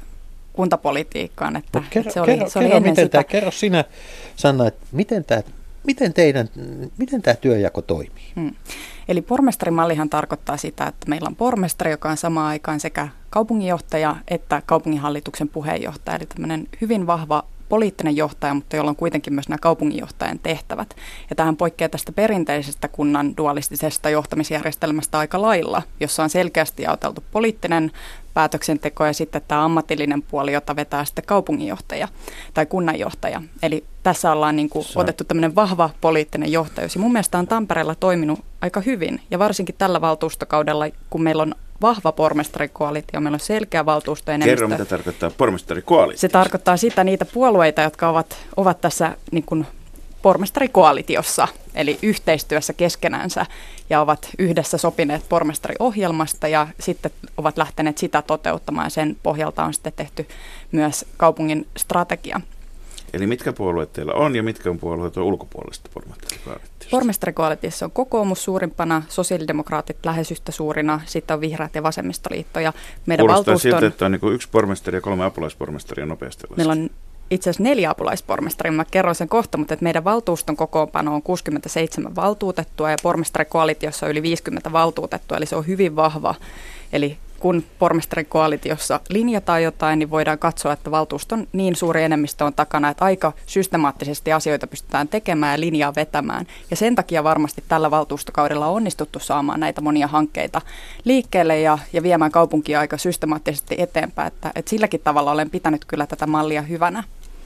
kuntapolitiikkaan. Että, kerro, että se oli, kerro, se oli kerro, ennen miten sitä. Tämä, kerro sinä, Sanna, että miten tämä, miten teidän, miten tämä työnjako toimii? Hmm. Eli pormestarimallihan tarkoittaa sitä, että meillä on pormestari, joka on samaan aikaan sekä kaupunginjohtaja että kaupunginhallituksen puheenjohtaja. Eli tämmöinen hyvin vahva poliittinen johtaja, mutta jolla on kuitenkin myös nämä kaupunginjohtajan tehtävät. Ja tähän poikkeaa tästä perinteisestä kunnan dualistisesta johtamisjärjestelmästä aika lailla, jossa on selkeästi jaoteltu poliittinen päätöksenteko ja sitten tämä ammatillinen puoli, jota vetää sitten kaupunginjohtaja tai kunnanjohtaja. Eli tässä ollaan niin kuin otettu tämmöinen vahva poliittinen johtajuus. Ja mun mielestä on Tampereella toiminut aika hyvin ja varsinkin tällä valtuustokaudella, kun meillä on vahva pormestarikoalitio, meillä on selkeä valtuustoenemmistö. Kerro, mitä tarkoittaa pormestarikoalitio. Se tarkoittaa sitä niitä puolueita, jotka ovat, ovat tässä niin kuin pormestarikoalitiossa, eli yhteistyössä keskenänsä, ja ovat yhdessä sopineet pormestariohjelmasta ja sitten ovat lähteneet sitä toteuttamaan, ja sen pohjalta on sitten tehty myös kaupungin strategia. Eli mitkä puolueet teillä on ja mitkä on puolueet on ulkopuolesta pormestarikoalitiosta? Pormestarikoalitiossa on kokoomus suurimpana, sosiaalidemokraatit lähes yhtä suurina, sitten on vihreät ja vasemmistoliitto. Ja meidän kuulostaa valtuuston, siltä, että on niin kuin yksi pormestari ja kolme apulaispormestaria nopeasti lasken. Meillä on itse asiassa neljä apulaispormestaria, mä kerron sen kohta, mutta että meidän valtuuston kokoonpano on kuusikymmentäseitsemän valtuutettua ja pormestarikoalitiossa on yli viisikymmentä valtuutettua, eli se on hyvin vahva. Eli kun pormestarikoalitiossa linjataan jotain, niin voidaan katsoa, että valtuuston niin suuri enemmistö on takana, että aika systemaattisesti asioita pystytään tekemään ja linjaa vetämään. Ja sen takia varmasti tällä valtuustokaudella on onnistuttu saamaan näitä monia hankkeita liikkeelle ja, ja viemään kaupunkia aika systemaattisesti eteenpäin. Että, että silläkin tavalla olen pitänyt kyllä tätä mallia hyvänä.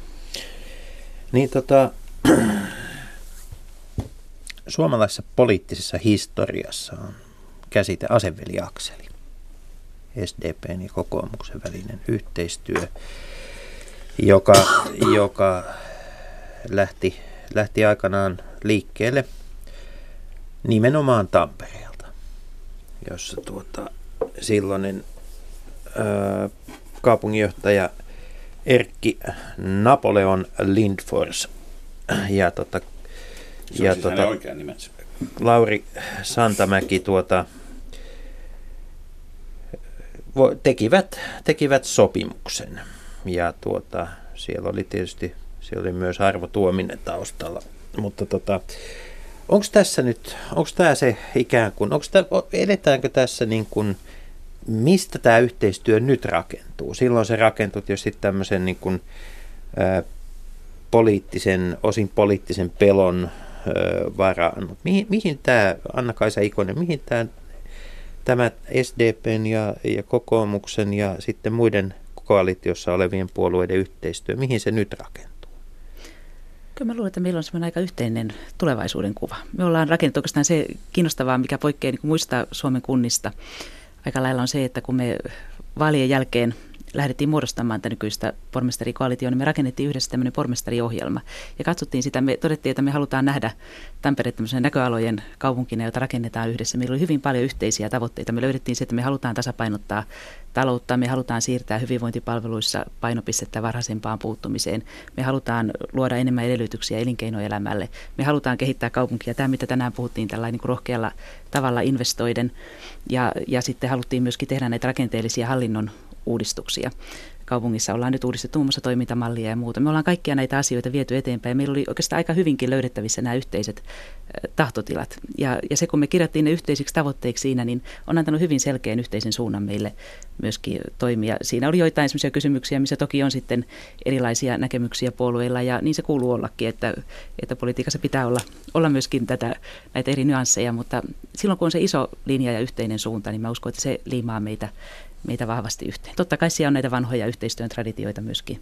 Niin tota, suomalaisessa poliittisessa historiassa on käsite aseveliakseli. S D P:n ja kokoomuksen välinen yhteistyö, joka, joka lähti, lähti aikanaan liikkeelle nimenomaan Tampereelta, jossa tuota, silloinen ää, kaupunginjohtaja Erkki Napoleon Lindfors ja, tuota, se ja siis tuota, oikea nimensä. Lauri Santamäki tuota, tekivät, tekivät sopimuksen ja tuota, siellä oli tietysti siellä oli myös Arvo Tuominen taustalla, mutta tota, onko tässä nyt, onko tämä se ikään kuin, onko tämä, edetäänkö tässä niin kuin, mistä tämä yhteistyö nyt rakentuu? Silloin se rakentui tietysti tämmöisen niin kuin, ää, poliittisen, osin poliittisen pelon ää, varaan, mutta mihin, mihin tämä, Anna-Kaisa Ikonen, mihin tämä Tämä S D P:n ja, ja kokoomuksen ja sitten muiden koalitiossa olevien puolueiden yhteistyö, mihin se nyt rakentuu? Kyllä mä luulen, että meillä on semmoinen aika yhteinen tulevaisuuden kuva. Me ollaan rakennettu oikeastaan se kiinnostavaa, mikä poikkeaa niin kuin muista Suomen kunnista. Aika lailla on se, että kun me vaalien jälkeen lähdettiin muodostamaan tätä nykyistä pormestarikoalitioa, niin me rakennettiin yhdessä tämmöinen pormestariohjelma. Ja katsottiin sitä, me todettiin, että me halutaan nähdä Tampere tämmöisen näköalojen kaupunkina, jota rakennetaan yhdessä. Meillä oli hyvin paljon yhteisiä tavoitteita. Me löydettiin se, että me halutaan tasapainottaa taloutta, me halutaan siirtää hyvinvointipalveluissa painopistettä varhaisempaan puuttumiseen. Me halutaan luoda enemmän edellytyksiä elinkeinoelämälle. Me halutaan kehittää kaupunkia. Tämä, mitä tänään puhuttiin tällainen niin kuin rohkealla tavalla investoiden. Ja, ja sitten haluttiin myöskin tehdä näitä rakenteellisia hallinnon uudistuksia. Kaupungissa ollaan nyt uudistettu muun muassa toimintamallia ja muuta. Me ollaan kaikkia näitä asioita viety eteenpäin. Meillä oli oikeastaan aika hyvinkin löydettävissä nämä yhteiset tahtotilat. Ja, ja se, kun me kirjattiin ne yhteisiksi tavoitteiksi siinä, niin on antanut hyvin selkeän yhteisen suunnan meille myöskin toimia. Siinä oli joitain sellaisia kysymyksiä, missä toki on sitten erilaisia näkemyksiä puolueilla, ja niin se kuuluu ollakin, että, että politiikassa pitää olla, olla myöskin tätä, näitä eri nyansseja, mutta silloin kun on se iso linja ja yhteinen suunta, niin mä uskon, että se liimaa meitä meitä vahvasti yhteen. Totta kai siellä on näitä vanhoja yhteistyön traditioita myöskin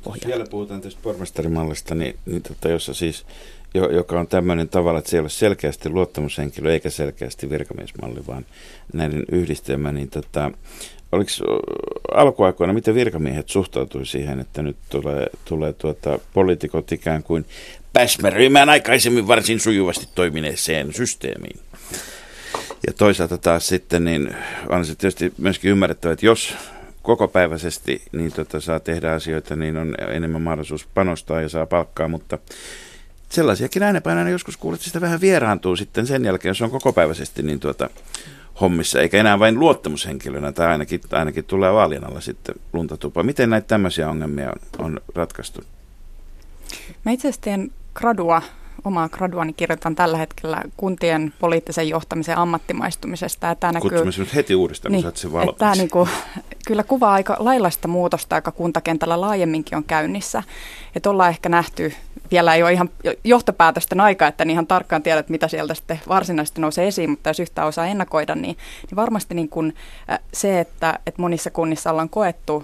pohjalta. Vielä puhutaan tästä pormestarimallista, niin, niin tota, jossa siis, jo, joka on tämmöinen tavalla, että se ei ole selkeästi luottamushenkilö eikä selkeästi virkamiesmalli, vaan näiden yhdistelmä. Niin tota, oliko alkuaikoina, miten virkamiehet suhtautui siihen, että nyt tulee, tulee tuota, poliitikot ikään kuin päsmäröimään aikaisemmin varsin sujuvasti toimineeseen systeemiin? Ja toisaalta taas sitten, niin on se tietysti myöskin ymmärrettävä, että jos kokopäiväisesti niin tota, saa tehdä asioita, niin on enemmän mahdollisuus panostaa ja saa palkkaa, mutta sellaisiakin äänenpainoja joskus kuulet, että sitä vähän vieraantuu sitten sen jälkeen, jos on kokopäiväisesti niin tuota, hommissa, eikä enää vain luottamushenkilönä, tai ainakin, ainakin tulee vaalien alla sitten luntatupa. Miten näitä tämmöisiä ongelmia on, on ratkaistu? Mä itse asiassa teen gradua, omaa graduani kirjoitan tällä hetkellä kuntien poliittisen johtamisen ammattimaistumisesta. Kutsumme sinut heti uudestaan, niin, kun saat sen valmiiksi. Tämä niinku, kyllä kuvaa aika laillaista muutosta, joka kuntakentällä laajemminkin on käynnissä. Että ollaan ehkä nähty, vielä ei ole ihan johtopäätösten aika, että en ihan tarkkaan tiedä, että mitä sieltä sitten varsinaisesti nousee esiin, mutta jos yhtään osaa ennakoida, niin, niin varmasti niin kuin se, että, että monissa kunnissa ollaan koettu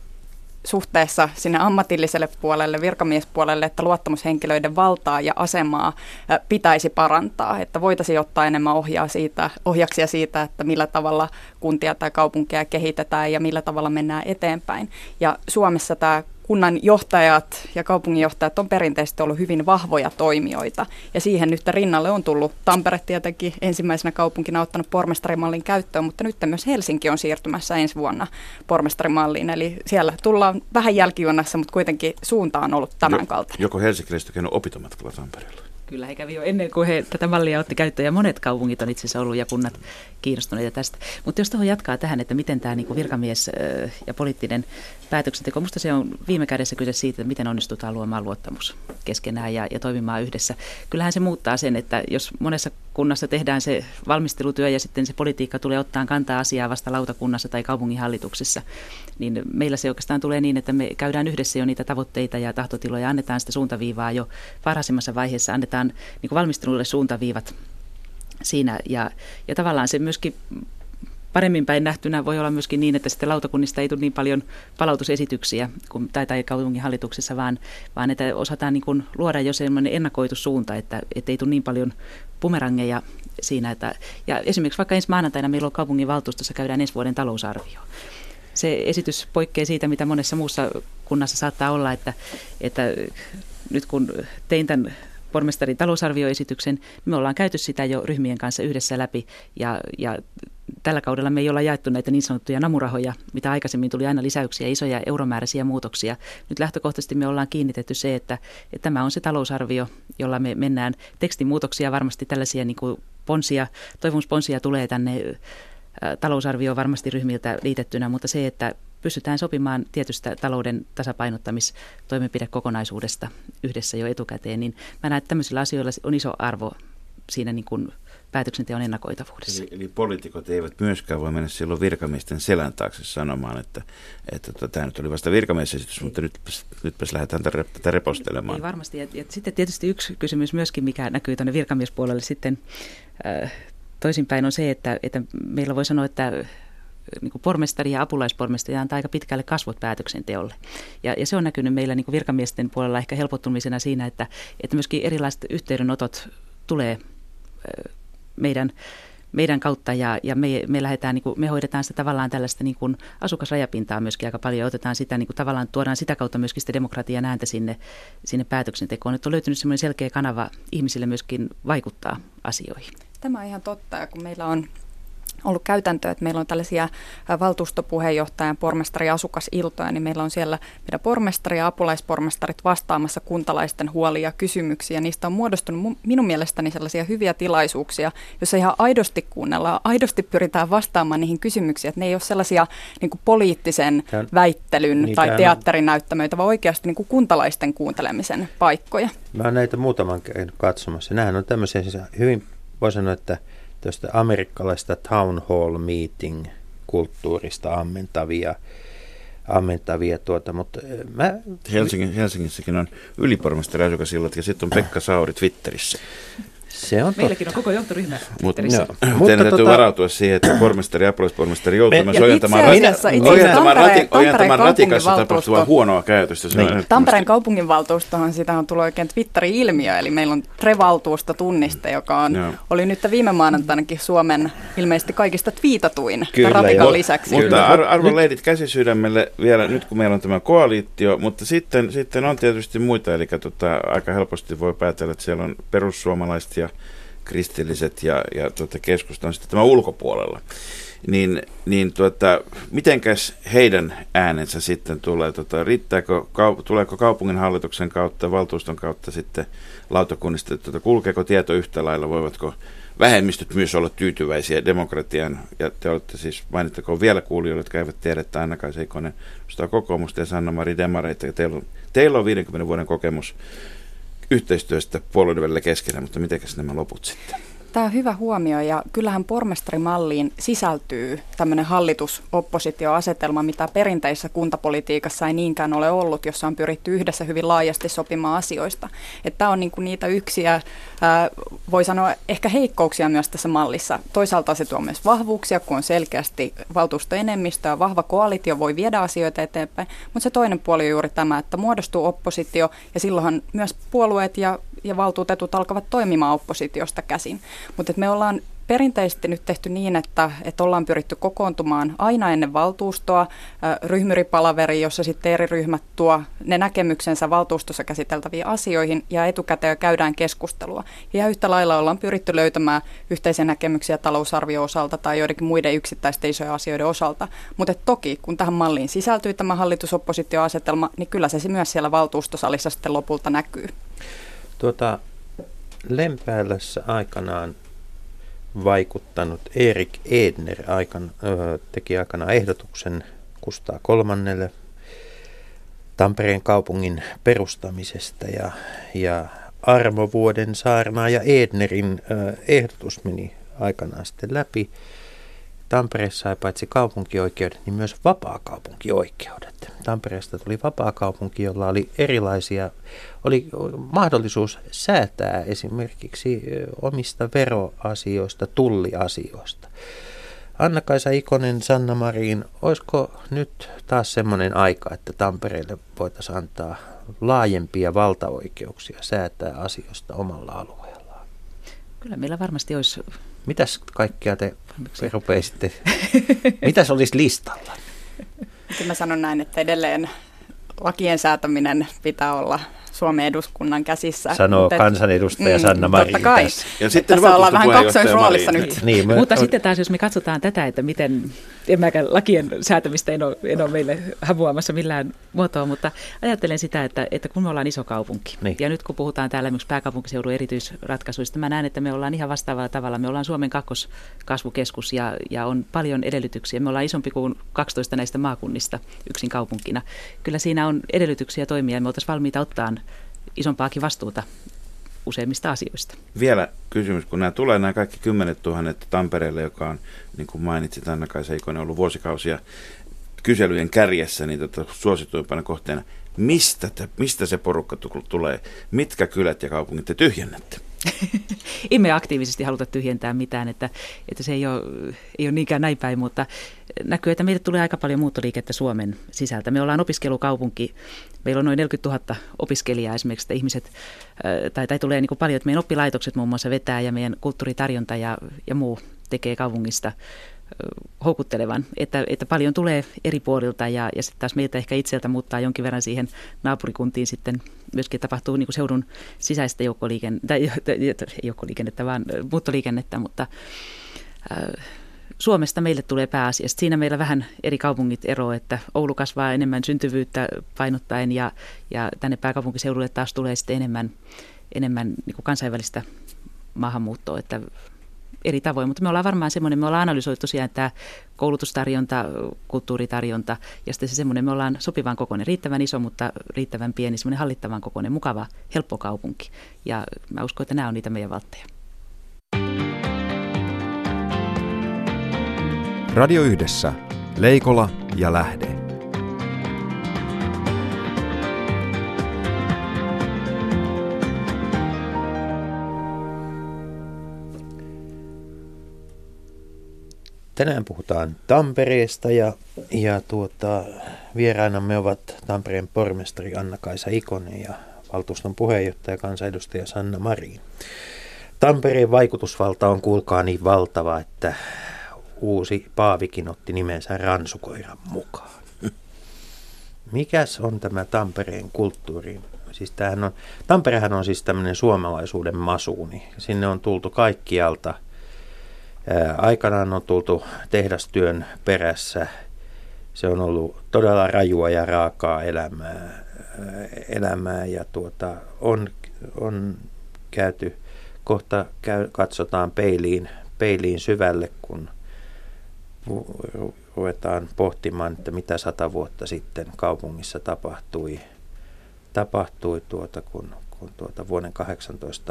suhteessa sinne ammatilliselle puolelle, virkamiespuolelle, että luottamushenkilöiden valtaa ja asemaa pitäisi parantaa, että voitaisiin ottaa enemmän ohjaa siitä, ohjaksia siitä, että millä tavalla kuntia tai kaupunkia kehitetään ja millä tavalla mennään eteenpäin. Ja Suomessa tämä kunnan johtajat ja kaupunginjohtajat on perinteisesti ollut hyvin vahvoja toimijoita, ja siihen nyt rinnalle on tullut Tampere tietenkin ensimmäisenä kaupunkina ottanut pormestarimallin käyttöön, mutta nyt myös Helsinki on siirtymässä ensi vuonna pormestarimalliin, eli siellä tullaan vähän jälkijunassa, mutta kuitenkin suunta on ollut tämän kaltainen. Joko helsinkiläiset on käynyt opintomatkalla Tampereella? Kyllä he kävi jo ennen kuin he tätä mallia otti käyttöön, ja monet kaupungit on itse asiassa ollut ja kunnat kiinnostuneita tästä. Mutta jos tuohon jatkaa tähän, että miten tämä niinku virkamies ja poliittinen päätöksenteko, minusta se on viime kädessä kyse siitä, että miten onnistutaan luomaan luottamus keskenään ja, ja toimimaan yhdessä. Kyllähän se muuttaa sen, että jos monessa kunnassa tehdään se valmistelutyö ja sitten se politiikka tulee ottaa kantaa asiaa vasta lautakunnassa tai kaupunginhallituksessa, niin meillä se oikeastaan tulee niin, että me käydään yhdessä jo niitä tavoitteita ja tahtotiloja, annetaan sitä suuntaviivaa jo varhaisemmassa vaiheessa, annetaan niin kuin valmistelulle suuntaviivat siinä ja, ja tavallaan se myöskin paremmin päin nähtynä voi olla myöskin niin, että sitten lautakunnista ei tule niin paljon palautusesityksiä kuin, tai, tai kaupunginhallituksessa, vaan, vaan että osataan niin kuin luoda jo sellainen ennakoitu suunta, että, että ei tule niin paljon bumerangeja siinä. Että, ja esimerkiksi vaikka ensi maanantaina meillä on kaupunginvaltuustossa käydään ensi vuoden talousarvio. Se esitys poikkeaa siitä, mitä monessa muussa kunnassa saattaa olla, että, että nyt kun tein tämän pormestarin talousarvioesityksen, niin me ollaan käyty sitä jo ryhmien kanssa yhdessä läpi ja, ja tällä kaudella me ei olla jaettu näitä niin sanottuja namurahoja, mitä aikaisemmin tuli aina lisäyksiä, isoja euromääräisiä muutoksia. Nyt lähtökohtaisesti me ollaan kiinnitetty se, että, että tämä on se talousarvio, jolla me mennään. Tekstimuutoksia varmasti tällaisia niin kuin ponsia, toivomusponsia tulee tänne ä, talousarvioon varmasti ryhmiltä liitettynä, mutta se, että pystytään sopimaan tietystä talouden tasapainottamistoimenpidekokonaisuudesta yhdessä jo etukäteen, niin mä näen, että tämmöisillä asioilla on iso arvo siinä niin kuin päätöksenteon ennakoitavuudessa. Eli, eli poliitikot eivät myöskään voi mennä silloin virkamiesten selän taakse sanomaan, että, että tota, tämä nyt oli vasta virkamiesesitys, mutta nytpäs, nytpäs lähdetään tätä repostelemaan. Ei varmasti. Ja, ja sitten tietysti yksi kysymys myöskin, mikä näkyy tuonne virkamiespuolelle sitten äh, toisinpäin on se, että, että meillä voi sanoa, että niin kuin pormestari ja apulaispormestari antaa aika pitkälle kasvot päätöksenteolle. Ja, ja se on näkynyt meillä niin kuin virkamiesten puolella ehkä helpottumisena siinä, että, että myöskin erilaiset yhteydenotot tulee meidän, meidän kautta ja, ja me, me, lähdetään, niin kuin, me hoidetaan sitä tavallaan tällaista niin kuin asukasrajapintaa myöskin aika paljon ja otetaan sitä, niin kuin, tavallaan tuodaan sitä kautta myöskin sitä demokratian ääntä sinne, sinne päätöksentekoon. Että on löytynyt semmoinen selkeä kanava ihmisille myöskin vaikuttaa asioihin. Tämä on ihan totta, ja kun meillä on ollut käytäntö, että meillä on tällaisia valtuustopuheenjohtajan pormestari-asukasiltoja, niin meillä on siellä meidän pormestari ja apulaispormestarit vastaamassa kuntalaisten huolia ja kysymyksiä. Niistä on muodostunut minun mielestäni sellaisia hyviä tilaisuuksia, joissa ihan aidosti kuunnellaan, aidosti pyritään vastaamaan niihin kysymyksiin, että ne ei ole sellaisia niin kuin poliittisen tämän, väittelyn niin tai teatterin näyttämöitä, vaan oikeasti niin kuin kuntalaisten kuuntelemisen paikkoja. Mä oon näitä muutaman käynyt katsomassa. Nämähän on tämmöisiä siis hyvin, voi sanoa, että tuosta amerikkalaista town hall meeting kulttuurista ammentavia, ammentavia tuota, mutta mä... Helsingin, Helsingissäkin on ylipormestari asukasillat ja sitten on Pekka Sauri Twitterissä. Se on Meilläkin on koko johtoryhmä Twitterissä. No, teidän täytyy tota... varautua siihen, että pormestari ja apulaispormestari joutuu myös ojentamaan ratikassa tapahtuvaa huonoa käytöstä. Niin. Tampereen kaupunginvaltuustohan sitä on tullut oikein Twitteri-ilmiö, eli meillä on Tre-valtuusto tunniste, joka on, no. oli nyt viime maanantainakin Suomen ilmeisesti kaikista twiitatuin ratikan lisäksi. Mutta ar- arvon leidit käsisydämelle vielä, nyt kun meillä on tämä koalitio, mutta sitten, sitten on tietysti muita, eli tota, aika helposti voi päätellä, että siellä on perussuomalaiset ja kristilliset ja, ja tuota, keskusta on sitten tämä ulkopuolella. Niin, niin tuota, mitenkäs heidän äänensä sitten tulee? Tuota, riittääkö, kau, tuleeko kaupunginhallituksen kautta, valtuuston kautta sitten lautakunnista, tuota, kulkeeko tieto yhtä lailla, voivatko vähemmistöt myös olla tyytyväisiä demokratian, ja te olette siis, mainittakoon vielä kuulijoille, jotka eivät tiedä, että Anna-Kaisa Ikonen edustaa kokoomusta ja Sanna-Mari demareita, ja teillä on, teillä on viidenkymmenen vuoden kokemus yhteistyöstä puolueiden välillä keskenään, mutta mitenkäs nämä loput sitten? Tämä on hyvä huomio, ja kyllähän pormestarimalliin sisältyy tämmöinen hallitus-oppositio-asetelma, mitä perinteisessä kuntapolitiikassa ei niinkään ole ollut, jossa on pyritty yhdessä hyvin laajasti sopimaan asioista. Että tämä on niinku niitä yksiä, ää, voi sanoa ehkä heikkouksia myös tässä mallissa. Toisaalta se tuo myös vahvuuksia, kun on selkeästi valtuustoenemmistö ja vahva koalitio voi viedä asioita eteenpäin, mutta se toinen puoli on juuri tämä, että muodostuu oppositio, ja silloinhan myös puolueet ja ja valtuutetut alkavat toimimaan oppositiosta käsin. Mutta me ollaan perinteisesti nyt tehty niin, että, että ollaan pyritty kokoontumaan aina ennen valtuustoa, ryhmyripalaveri, jossa sitten eri ryhmät tuo ne näkemyksensä valtuustossa käsiteltäviin asioihin ja etukäteen käydään keskustelua. Ja yhtä lailla ollaan pyritty löytämään yhteisiä näkemyksiä talousarvio-osalta tai joidenkin muiden yksittäisten isojen asioiden osalta. Mutta toki, kun tähän malliin sisältyy tämä hallitus-oppositio-asetelma, niin kyllä se myös siellä valtuustosalissa sitten lopulta näkyy. Tuota, Lempäälässä aikanaan vaikuttanut Erik Edner aikan, ö, teki aikanaan ehdotuksen Kustaa kolmannelle Tampereen kaupungin perustamisesta ja, ja armovuoden saarnaaja Ednerin ö, ehdotus meni aikanaan sitten läpi. Tampere sai paitsi kaupunkioikeudet, niin myös vapaakaupunkioikeudet. Tampereesta tuli vapaakaupunki, jolla oli erilaisia, oli mahdollisuus säätää esimerkiksi omista veroasioista, tulliasioista. Anna-Kaisa Ikonen, Sanna-Marin, olisiko nyt taas semmoinen aika, että Tampereelle voitaisiin antaa laajempia valtaoikeuksia säätää asioista omalla alueellaan? Kyllä meillä varmasti olisi. Mitäs kaikkea te rupeisitte? Mitäs olisi listalla? Mä sanon näin, että edelleen lakien säätäminen pitää olla Suomen eduskunnan käsissä. Sanoo mutta kansanedustaja mm, Sanna-Marin. Totta kai. Ja sitten tässä ollaan vähän kaksoisroolissa nyt. Niin, me, mutta on... sitten taas, jos me katsotaan tätä, että miten, en mäkään lakien säätämistä en ole, en ole meille havuamassa millään muotoa, mutta ajattelen sitä, että, että kun me ollaan iso kaupunki, niin. ja nyt kun puhutaan täällä esimerkiksi pääkaupunkiseudun erityisratkaisuista, mä näen, että me ollaan ihan vastaavalla tavalla. Me ollaan Suomen kakkoskasvukeskus ja, ja on paljon edellytyksiä. Me ollaan isompi kuin kaksitoista näistä maakunnista yksin kaupunkina. Kyllä siinä on edellytyksiä toimia ja me oltaisiin valmiita ottaa isompaakin vastuuta useimmista asioista. Vielä kysymys, kun nämä tulee nämä kaikki kymmenet tuhannet Tampereelle, joka on, niin kuin mainitsit, Anna-Kaisa Ikonen, ollut vuosikausia kyselyjen kärjessä, niin tota, suosituimpana kohteena. Mistä, te, mistä se porukka tulee? Mitkä kylät ja kaupungit te tyhjennätte? Emme aktiivisesti haluta tyhjentää mitään, että, että se ei ole, ei ole niinkään näin päin, mutta näkyy, että meille tulee aika paljon muuttoliikettä Suomen sisältä. Me ollaan opiskelukaupunki, meillä on noin neljäkymmentätuhatta opiskelijaa esimerkiksi, että ihmiset, tai, tai tulee niin kuin paljon, että meidän oppilaitokset muun muassa vetää ja meidän kulttuuritarjonta ja, ja muu tekee kaupungista houkuttelevan, että, että paljon tulee eri puolilta ja, ja sitten taas meiltä ehkä itseltä muuttaa jonkin verran siihen naapurikuntiin sitten myöskin tapahtuu niin kuin seudun sisäistä joukkoliikennettä, tai joukkoliikennettä, vaan muuttoliikennettä, mutta äh, Suomesta meille tulee pääasiassa. Siinä meillä vähän eri kaupungit eroa, että Oulu kasvaa enemmän syntyvyyttä painottaen ja, ja tänne pääkaupunkiseudulle taas tulee sitten enemmän, enemmän niin kuin kansainvälistä maahanmuuttoa, että eri tavoin, mutta me ollaan varmaan semmoinen, me ollaan analysoitu tosiaan tämä koulutustarjonta, kulttuuritarjonta ja sitten se semmoinen, me ollaan sopivan kokoinen, riittävän iso, mutta riittävän pieni, semmoinen hallittavan kokoinen, mukava, helppo kaupunki ja mä uskon, että nämä on niitä meidän valtteja. Radio Yhdessä, Leikola ja Lähde. Tänään puhutaan Tampereesta ja, ja tuota, vieraanamme ovat Tampereen pormestari Anna-Kaisa Ikonen ja valtuuston puheenjohtaja kansanedustaja Sanna Marin. Tampereen vaikutusvalta on kuulkaa niin valtava, että uusi paavikin otti nimensä ransukoiran mukaan. Mikäs on tämä Tampereen kulttuuri? Siis tämähän on, Tamperehän on siis tämmöinen suomalaisuuden masuuni. Sinne on tultu kaikkialta. Ää, aikanaan on tultu tehdastyön perässä. Se on ollut todella rajua ja raakaa elämää, elämää ja tuota, on, on käyty, kohta käy, katsotaan peiliin, peiliin syvälle, kun ruvetaan pohtimaan, että mitä sata vuotta sitten kaupungissa tapahtui, tapahtui tuota, kun, kun tuota vuoden kahdeksantoista,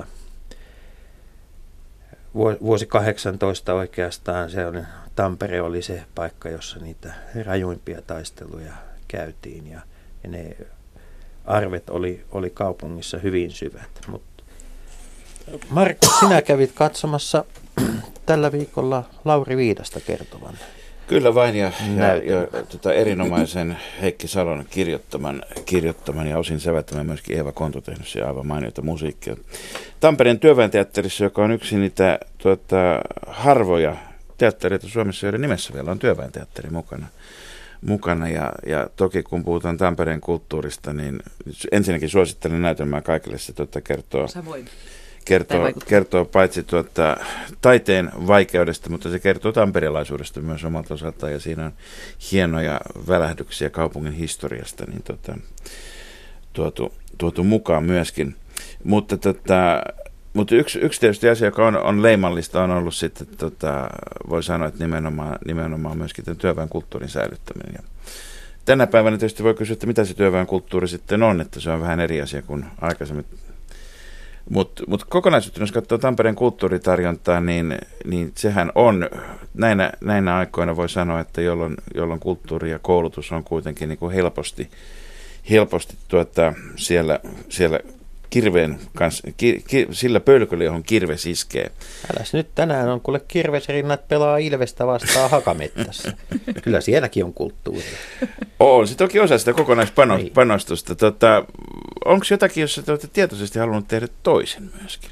vuosi kahdeksantoista oikeastaan se oli, Tampere oli se paikka, jossa niitä rajuimpia taisteluja käytiin ja, ja ne arvet oli, oli kaupungissa hyvin syvät. Mut Markus, sinä kävit katsomassa tällä viikolla Lauri Viidasta kertovan. Kyllä vain, ja, ja, ja tota, erinomaisen Heikki Salon kirjoittaman, kirjoittaman ja osin sävättämän myöskin Eeva Konto tehnyt siellä aivan mainiota musiikkia. Tampereen työväenteatterissa, joka on yksi niitä tuota, harvoja teattereita Suomessa, joiden nimessä vielä on työväenteatteri mukana. mukana ja, ja toki kun puhutaan Tampereen kulttuurista, niin ensinnäkin suosittelen näytelmää kaikille, se tuota, kertoo... Samoin. Kertoo, kertoo paitsi tuota, taiteen vaikeudesta, mutta se kertoo tamperelaisuudesta myös omalta osaltaan, ja siinä on hienoja välähdyksiä kaupungin historiasta niin tuota, tuotu, tuotu mukaan myöskin. Mutta, tota, mutta yksi, yksi tietysti asia, joka on, on leimallista, on ollut sitten, tota, voi sanoa, että nimenomaan, nimenomaan myöskin tämän työväen kulttuurin säilyttäminen. Ja tänä päivänä tietysti voi kysyä, että mitä se työväen kulttuuri sitten on, että se on vähän eri asia kuin aikaisemmin. Mutta mut kokonaisuutena, jos katsoo Tampereen kulttuuritarjontaa, niin, niin sehän on, näinä, näinä aikoina voi sanoa, että jolloin, jolloin kulttuuri ja koulutus on kuitenkin niin kuin helposti, helposti tuota, siellä, siellä kirveen kanssa, ki, ki, sillä pölkyllä, johon kirves iskee. Äläs nyt, tänään on kuule kirvesrinnat pelaa Ilvestä vastaan Hakamettässä. Kyllä sielläkin on kulttuuria. On, se toki osa sitä kokonaispanostusta. Tota, onko jotakin, jos te olette tietoisesti halunnut tehdä toisen myöskin?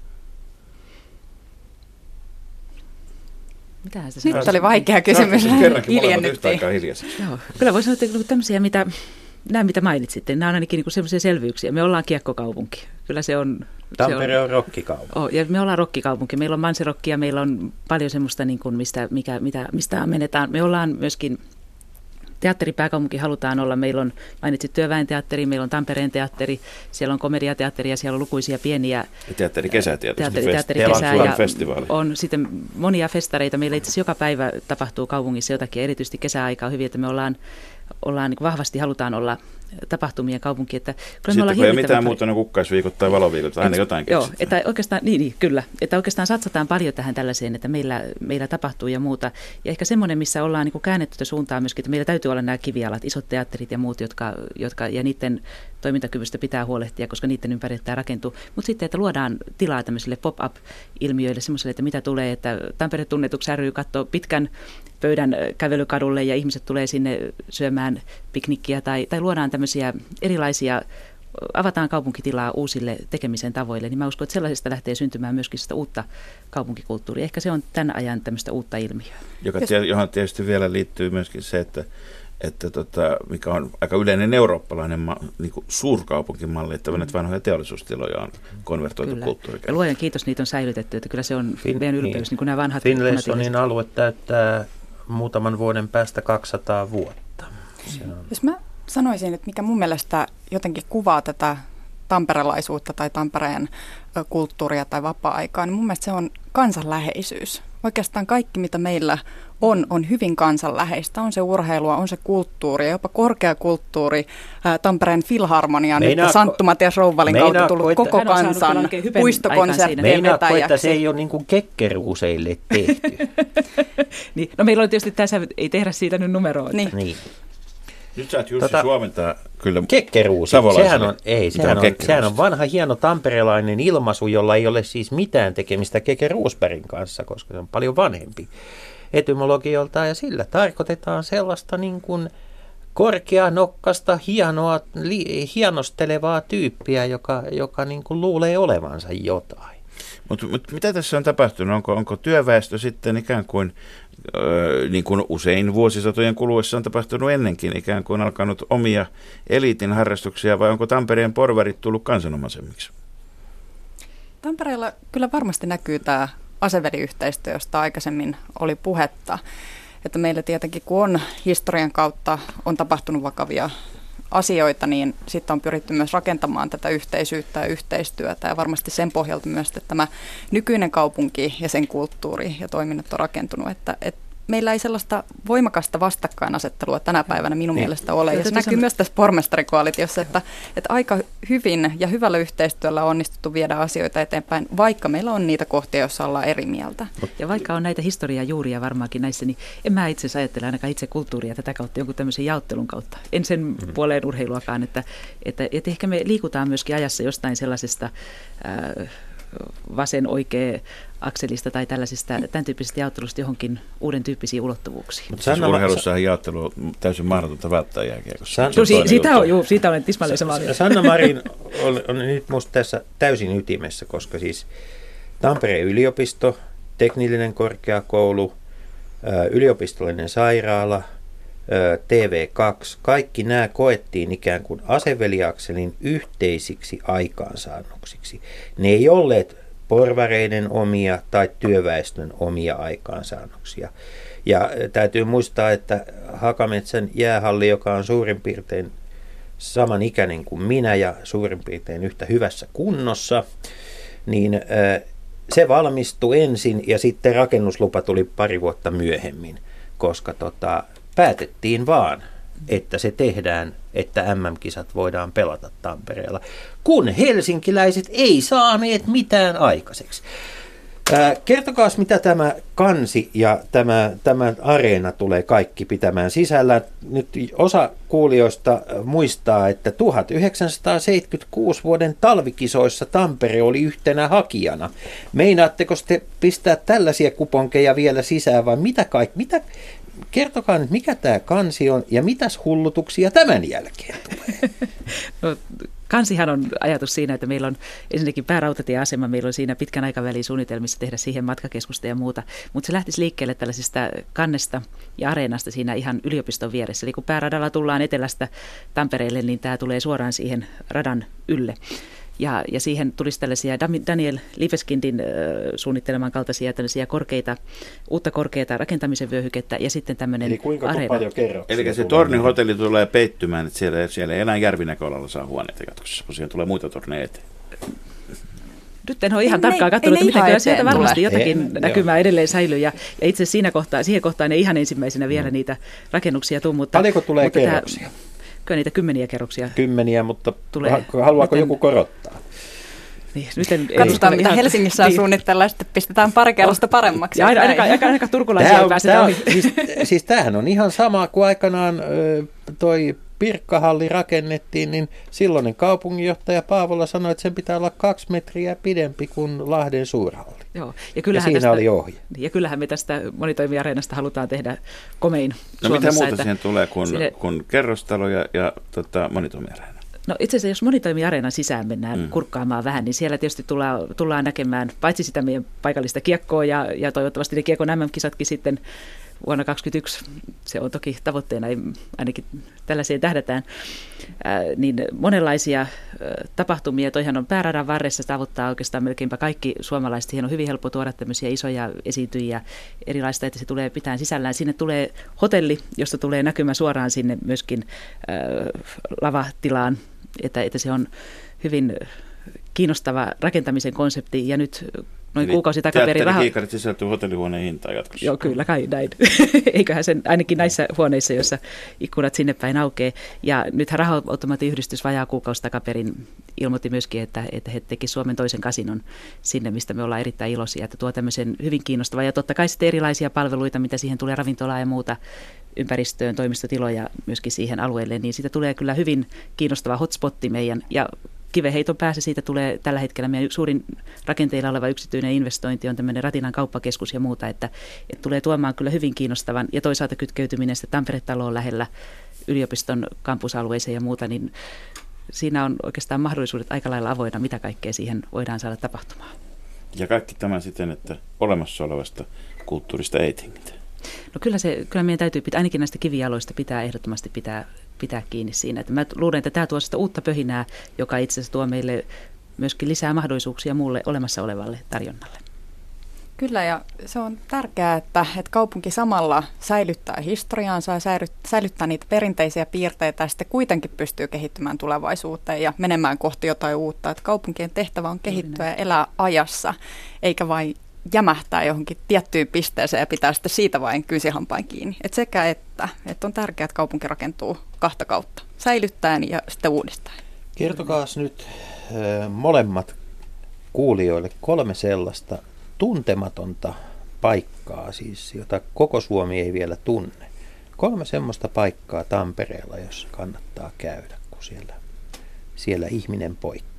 Mitähän se Nyt oli vaikea kysymys. Kerrankin molemmat yhtä aikaa hiljaisesti. Joo, kyllä voisi sanoa, että tämmöisiä, mitä... Nämä, mitä mainitsitte, nämä on ainakin niin sellaisia selvyyksiä. Me ollaan kiekkokaupunki. Kyllä se on... Tampere se on, on rokkikaupunki. Oh, ja me ollaan rokkikaupunki. Meillä on mansirokkia, meillä on paljon semmoista, niin kuin mistä, mikä, mitä, mistä ammennetaan. Me ollaan myöskin teatteripääkaupunki halutaan olla. Meillä on, mainitsit työväenteatteri, meillä on Tampereen teatteri, siellä on komediateatteri ja siellä on lukuisia pieniä... Ja teatterikesä tietysti. Teatteri, teatterikesä ja on sitten monia festareita. Meillä itse asiassa joka päivä tapahtuu kaupungissa jotakin, erityisesti kesäaikaa hyvin, että me ollaan... ollaan niin vahvasti halutaan olla tapahtumien kaupunki. Että kyllä sitten kun ei mitään muuta kuin kukkaisviikot tai valoviikot, tai aina jotain keksitään. Joo, että oikeastaan, niin, niin, kyllä, että oikeastaan satsataan paljon tähän tällaiseen, että meillä, meillä tapahtuu ja muuta. Ja ehkä semmoinen, missä ollaan niin kuin käännetty suuntaan myöskin, että meillä täytyy olla nämä kivialat, isot teatterit ja muut, jotka, jotka ja niiden toimintakyvystä pitää huolehtia, koska niiden ympärille tämä rakentuu. Mutta sitten, että luodaan tilaa tämmöisille pop-up-ilmiöille, semmoiselle, että mitä tulee, että Tampere tunnetuksi ry katsoo pitkän pöydän kävelykadulle ja ihmiset tulee sinne syömään piknikkiä tai, tai luodaan tämmöisiä erilaisia, avataan kaupunkitilaa uusille tekemisen tavoille, niin mä uskon, että sellaisesta lähtee syntymään myöskin sitä uutta kaupunkikulttuuria. Ehkä se on tämän ajan tämmöistä uutta ilmiöä. Joka, johon tietysti vielä liittyy myöskin se, että, että tota, mikä on aika yleinen eurooppalainen ma, niin kuin suurkaupunkimalli, että mm. vanhoja teollisuustiloja on konvertoitu kulttuurikäyttöön. Ja luojan kiitos, niitä on säilytetty, että kyllä se on fin- meidän ylpeys, niin, niin kuin nämä vanhat... Finlaysonin alue täyttää muutaman vuoden päästä kaksisataa vuotta. Jos mä sanoisin, että mikä mun mielestä jotenkin kuvaa tätä tamperelaisuutta tai Tampereen kulttuuria tai vapaa-aikaa, niin mun mielestä se on kansanläheisyys. Oikeastaan kaikki, mitä meillä on, on hyvin kansanläheistä. On se urheilua, on se kulttuuri, jopa korkeakulttuuri. Ää, Tampereen Filharmonia, nyt Santtu Matias Rouvalin kautta tullut koita, koko kansan puistokonserttien vetäjäksi. Että se ei ole niin kuin kekkeruuseille tehty. Niin, no meillä on tietysti tässä, ei tehdä siitä nyt numeroa. Niin. niin. Nyt sä oot Jussi tota, suomentaa kyllä kekkeruusi. Sehän on, ei, sehän on, sehän on vanha hieno tamperelainen ilmaisu, jolla ei ole siis mitään tekemistä Keke Roosbergin kanssa, koska se on paljon vanhempi. etymologiolta, ja sillä tarkoitetaan sellaista niin kuin korkeanokkasta, hienoa, li, hienostelevaa tyyppiä, joka, joka niin kuin luulee olevansa jotain. Mutta mut mitä tässä on tapahtunut? Onko, onko työväestö sitten ikään kuin, öö, niin kuin usein vuosisatojen kuluessa on tapahtunut ennenkin, ikään kuin alkanut omia eliitin harrastuksia, vai onko Tampereen porvarit tullut kansanomaisemmiksi? Tampereella kyllä varmasti näkyy tämä aseveliyhteistyö, josta aikaisemmin oli puhetta. Että meillä tietenkin, kun on historian kautta on tapahtunut vakavia asioita, niin sitten on pyritty myös rakentamaan tätä yhteisyyttä ja yhteistyötä. Ja varmasti sen pohjalta myös, että tämä nykyinen kaupunki ja sen kulttuuri ja toiminnot on rakentunut. Että, että meillä ei sellaista voimakasta vastakkainasettelua tänä päivänä minun niin. mielestä ole. Ja se näkyy on... myös tässä pormestarikoalitiossa, että, että aika hyvin ja hyvällä yhteistyöllä on onnistuttu viedä asioita eteenpäin, vaikka meillä on niitä kohtia, joissa ollaan eri mieltä. Ja vaikka on näitä historiajuuria varmaankin näissä, niin en mä itse asiassa ajattele ainakaan itse kulttuuria tätä kautta jonkun tämmöisen jaottelun kautta. En sen mm. puoleen urheiluakaan, että, että, että ehkä me liikutaan myöskin ajassa jostain sellaisesta Ää, vasen oikea akselista tai tällaisista tämän tyyppisistä jaottelusta johonkin uuden tyyppisiin ulottuvuuksiin. Mutta siis urheilussahan jaottelu on täysin mahdotonta välttää jääkiekossa. San... No, si- siitä, on, juu, siitä olen tismalleen samaa mieltä. Sanna Marin on, on nyt musta tässä täysin ytimessä, koska siis Tampereen yliopisto, teknillinen korkeakoulu, yliopistollinen sairaala, T V kaksi, kaikki nämä koettiin ikään kuin aseveliakselin yhteisiksi aikaansaannoksiksi. Ne ei olleet porvareiden omia tai työväestön omia aikaansaannoksia. Ja täytyy muistaa, että Hakametsän jäähalli, joka on suurin piirtein samanikäinen kuin minä ja suurin piirtein yhtä hyvässä kunnossa, niin se valmistui ensin ja sitten rakennuslupa tuli pari vuotta myöhemmin, koska tota, päätettiin vaan, että se tehdään, että M M-kisat voidaan pelata Tampereella, kun helsinkiläiset ei saaneet mitään aikaiseksi. Ää, kertokaas, mitä tämä kansi ja tämä, tämä areena tulee kaikki pitämään sisällä. Nyt osa kuulijoista muistaa, että tuhatyhdeksänsataaseitsemänkymmentäkuusi vuoden talvikisoissa Tampere oli yhtenä hakijana. Meinaatteko te pistää tällaisia kuponkeja vielä sisään vai mitä kaikki? Mitä? Kertokaa nyt, mikä tämä kansi on ja mitäs hullutuksia tämän jälkeen tulee? No, kansihan on ajatus siinä, että meillä on ensinnäkin päärautatieasema, meillä on siinä pitkän aikavälin suunnitelmissa tehdä siihen matkakeskusta ja muuta, mutta se lähtisi liikkeelle tällaisesta kannesta ja areenasta siinä ihan yliopiston vieressä. Eli kun pääradalla tullaan etelästä Tampereelle, niin tämä tulee suoraan siihen radan ylle. Ja, ja siihen tulisi tällaisia Daniel Liebeskindin äh, suunnitteleman kaltaisia tällaisia korkeita, uutta korkeata rakentamisen vyöhykettä ja sitten tämmöinen Eli kuinka areena. paljon kerroksia? Eli se tornihotelli tulee peittymään, että siellä, siellä ei enää Järvinäköalalla saa huoneita jatkossa, kun siellä tulee muita torneja eteen. Nyt en ole ihan ei, tarkkaan katsonut, että miten sieltä varmasti tule. jotakin ei, näkymää joo. edelleen säilyy. Ja, ja itse asiassa siinä kohtaa, siihen kohtaan ei ihan ensimmäisenä vielä mm. niitä rakennuksia tule. Mutta, paljonko tulee mutta kerroksia? Tämä, kyllä niitä kymmeniä kerroksia. Kymmeniä, mutta tulee. Haluaako Miten, joku korottaa? Niin, nyt en, Katsotaan, ei, mitä ihan, Helsingissä on niin. suunnitella ja sitten pistetään pari kerrosta paremmaksi. Ja ainakaan, ainakaan, ainakaan turkulaisia ei pääse ohi. Siis, siis tämähän on ihan sama kuin aikanaan toi Pirkkahalli rakennettiin, niin silloinen kaupunginjohtaja Paavola sanoi, että sen pitää olla kaksi metriä pidempi kuin Lahden suurhalli. Joo. Ja, ja siinä tästä, oli ohje. Ja kyllähän me tästä monitoimiareenasta halutaan tehdä komein No Suomessa. mitä muuta että siihen tulee kuin, sille, kuin kerrostalo ja, ja tota, monitoimiareena? No itse asiassa jos monitoimiareenan sisään mennään mm. kurkkaamaan vähän, niin siellä tietysti tullaan, tullaan näkemään paitsi sitä meidän paikallista kiekkoa ja, ja toivottavasti ne kiekon M M-kisatkin sitten vuonna kaksikymmentäyksi, se on toki tavoitteena, ainakin tällaiseen tähdätään, ää, niin monenlaisia ää, tapahtumia. Toihan on pääradan varressa, tavoittaa oikeastaan melkeinpä kaikki suomalaiset. Siihen on hyvin helppo tuoda tämmöisiä isoja esiintyjiä erilaista, että se tulee pitää sisällään. Sinne tulee hotelli, josta tulee näkymä suoraan sinne myöskin ää, lavatilaan, että, että se on hyvin kiinnostava rakentamisen konsepti ja nyt noin kuukausi takaperin raha... Teatterikiikarit sisältyy hotellihuoneen hintaan jatkossa. Joo, kyllä kai näin. Eiköhän sen ainakin näissä huoneissa, joissa ikkunat sinne päin aukeaa. Ja nythän Raha-automaattiyhdistys vajaa kuukausi takaperin ilmoitti myöskin, että, että he tekivät Suomen toisen kasinon sinne, mistä me ollaan erittäin iloisia, että tuo tämmöisen hyvin kiinnostavaa. Ja totta kai sitten erilaisia palveluita, mitä siihen tulee, ravintolaa ja muuta ympäristöön, toimistotiloja myöskin siihen alueelle, niin siitä tulee kyllä hyvin kiinnostava hotspotti meidän. Ja kivenheiton päässä siitä tulee tällä hetkellä meidän suurin rakenteilla oleva yksityinen investointi on tämmöinen Ratinan kauppakeskus ja muuta, että, että tulee tuomaan kyllä hyvin kiinnostavan ja toisaalta kytkeytyminen sitä Tampere-taloon lähellä yliopiston kampusalueeseen ja muuta, niin siinä on oikeastaan mahdollisuudet aika lailla avoinna, mitä kaikkea siihen voidaan saada tapahtumaan. Ja kaikki tämä siten, että olemassa olevasta kulttuurista ei tingitä. No kyllä, se, kyllä meidän täytyy pitää, ainakin näistä kivijaloista pitää ehdottomasti pitää, pitää kiinni siinä. Että mä luulen, että tämä tuo sitä uutta pöhinää, joka itse asiassa tuo meille myöskin lisää mahdollisuuksia muulle olemassa olevalle tarjonnalle. Kyllä, ja se on tärkeää, että, että kaupunki samalla säilyttää historiaansa ja säilyttää niitä perinteisiä piirteitä ja sitten kuitenkin pystyy kehittymään tulevaisuuteen ja menemään kohti jotain uutta. Että kaupunkien tehtävä on kehittyä ja elää ajassa, eikä vain jämähtää johonkin tiettyyn pisteeseen ja pitää sitten siitä vain kynsihampain kiinni. Et sekä että, että on tärkeää, että kaupunki rakentuu kahta kautta, säilyttäen ja sitten uudistaen. Kertokaas nyt äh, molemmat kuulijoille kolme sellaista tuntematonta paikkaa, siis, jota koko Suomi ei vielä tunne. Kolme semmoista paikkaa Tampereella, jossa kannattaa käydä, kun siellä, siellä ihminen poikkeaa.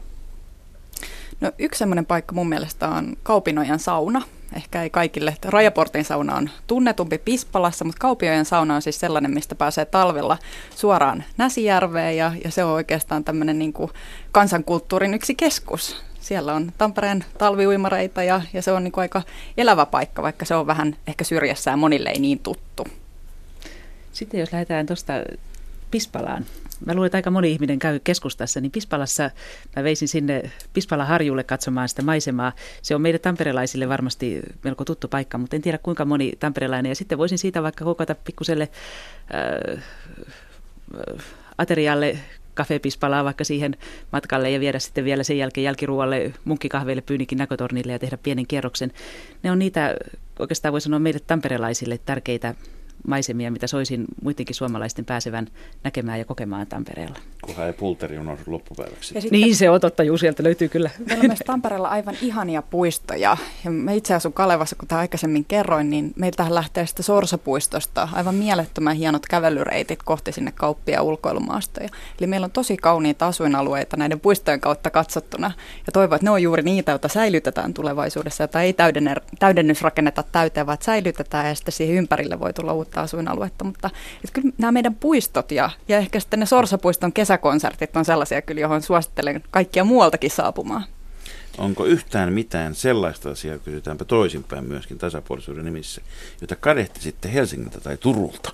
No, yksi semmoinen paikka mun mielestä on Kaupinojan sauna. Ehkä ei kaikille. Rajaportin sauna on tunnetumpi Pispalassa, mutta Kaupinojan sauna on siis sellainen, mistä pääsee talvella suoraan Näsijärveen ja, ja se on oikeastaan tämmöinen niin kuin kansankulttuurin yksi keskus. Siellä on Tampereen talviuimareita ja, ja se on niin kuin aika elävä paikka, vaikka se on vähän ehkä syrjässä ja monille ei niin tuttu. Sitten jos lähdetään tuosta Pispalaan. Mä luulen, että aika moni ihminen käy keskustassa, niin Pispalassa mä veisin sinne Pispala-harjulle katsomaan sitä maisemaa. Se on meille tamperelaisille varmasti melko tuttu paikka, mutta en tiedä kuinka moni tamperelainen. Ja sitten voisin siitä vaikka kokata pikkuselle äh, aterialle Cafe Pispalaa vaikka siihen matkalle ja viedä sitten vielä sen jälkeen jälkiruoalle munkkikahveille Pyynikin näkötornille ja tehdä pienen kierroksen. Ne on niitä, oikeastaan voi sanoa meille tamperelaisille tärkeitä maisemia, mitä soisin muidenkin suomalaisten pääsevän näkemään ja kokemaan Tampereella. Kunhan ei pulteri unohdu loppupäiväksi. Niin se on totta, juu, sieltä löytyy kyllä. Meillä on myös Tampereella aivan ihania puistoja. Ja mä itse asun Kalevassa, kuten aikaisemmin kerroin, niin meiltähän lähtee sitten Sorsapuistosta aivan mielettömän hienot kävelyreitit kohti sinne kauppia ja ulkoilumaastoja. Eli meillä on tosi kauniita asuinalueita näiden puistojen kautta katsottuna. Ja toivon, että ne on juuri niitä, joita säilytetään tulevaisuudessa, jota ei täydennysrakenneta täyteen, vaan säilytetään ja sitten siihen ympärille voi tulla uutta asuinaluetta, mutta että kyllä nämä meidän puistot ja, ja ehkä sitten ne Sorsapuiston kesäkonsertit on sellaisia kyllä, johon suosittelen kaikkia muualtakin saapumaan. Onko yhtään mitään sellaista asiaa, kysytäänpä toisinpäin myöskin tasapuolisuuden nimissä, jota kadehtisitte Helsingiltä tai Turulta?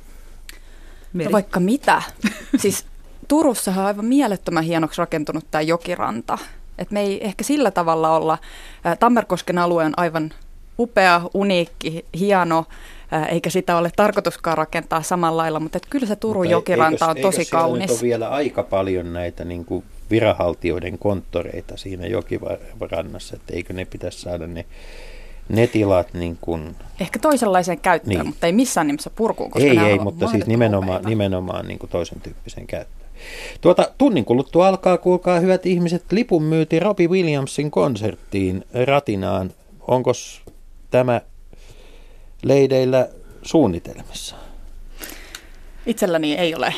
No vaikka mitä. Siis Turussahan on aivan mielettömän hienoksi rakentunut tämä jokiranta. Et me ei ehkä sillä tavalla olla, Tammerkosken alue on aivan upea, uniikki, hieno, eikä sitä ole tarkoituskaan rakentaa samalla lailla, mutta että kyllä se Turun jokiranta on tosi kaunis. Eikö on vielä aika paljon näitä niin kuin viranhaltijoiden konttoreita siinä jokirannassa, että eikö ne pitäisi saada ne, ne tilat niin kuin... Ehkä toisenlaiseen käyttöön, niin. Mutta ei missään nimessä purkuun, koska ei, ei, mutta siis nimenomaan, nimenomaan niin kuin toisen tyyppisen käyttöön. Tuota, tunnin kuluttua alkaa, kuulkaa hyvät ihmiset, lipun myyti Robbie Williamsin konserttiin Ratinaan. Onkos tämä leideillä suunnitelmissa? Itselläni ei ole.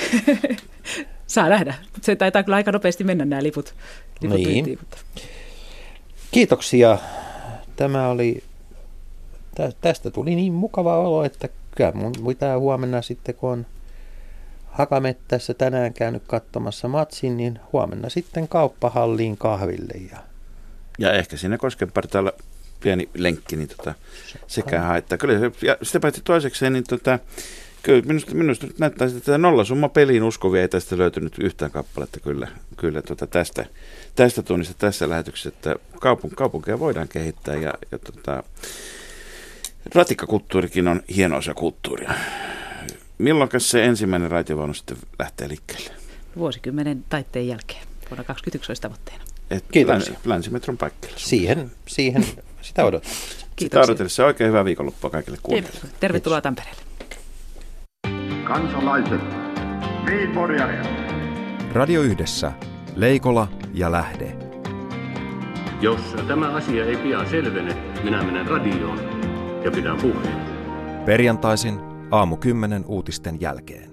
Saa nähdä. Se taitaa kyllä aika nopeasti mennä nämä liput. liput niin. Pyytiin, mutta... Kiitoksia. Tämä oli, tästä tuli niin mukava olo, että kyllä mun pitää huomenna sitten, kun on Hakamettässä tänään käynyt katsomassa matsin, niin huomenna sitten kauppahalliin kahville. Ja, ja ehkä siinä Koskenpartaalla pieni lenkki, niin tota, sekä haittaa. Kyllä, ja sitä paitsi toisekseen, niin tota, kyllä minusta, minusta nyt näyttää, että tätä nollasumma peliin uskovia ei tästä löytynyt yhtään kappaletta kyllä, kyllä tota tästä, tästä tunnista tässä lähetyksessä, että kaupunk, kaupunkeja voidaan kehittää ja, ja tota, ratikkakulttuurikin on hieno osa kulttuuria. Milloinkas se ensimmäinen raitiovaunu sitten lähtee liikkeelle? Vuosikymmenen taitteen jälkeen. Vuonna kaksikymmentäyksi olisi tavoitteena. Kiitoksia. Länsimetron paikkeilla. Siihen, siihen sitä odotetaan. Sitä odotellessa oikein hyvää viikonloppua kaikille kuulijoille. Tervetuloa Tampereelle. Kansalaiset, Radio Yhdessä, Leikola ja Lähde. Jos tämä asia ei pian selvene, minä menen radioon ja pidän puheen. Perjantaisin aamu kymmenen uutisten jälkeen.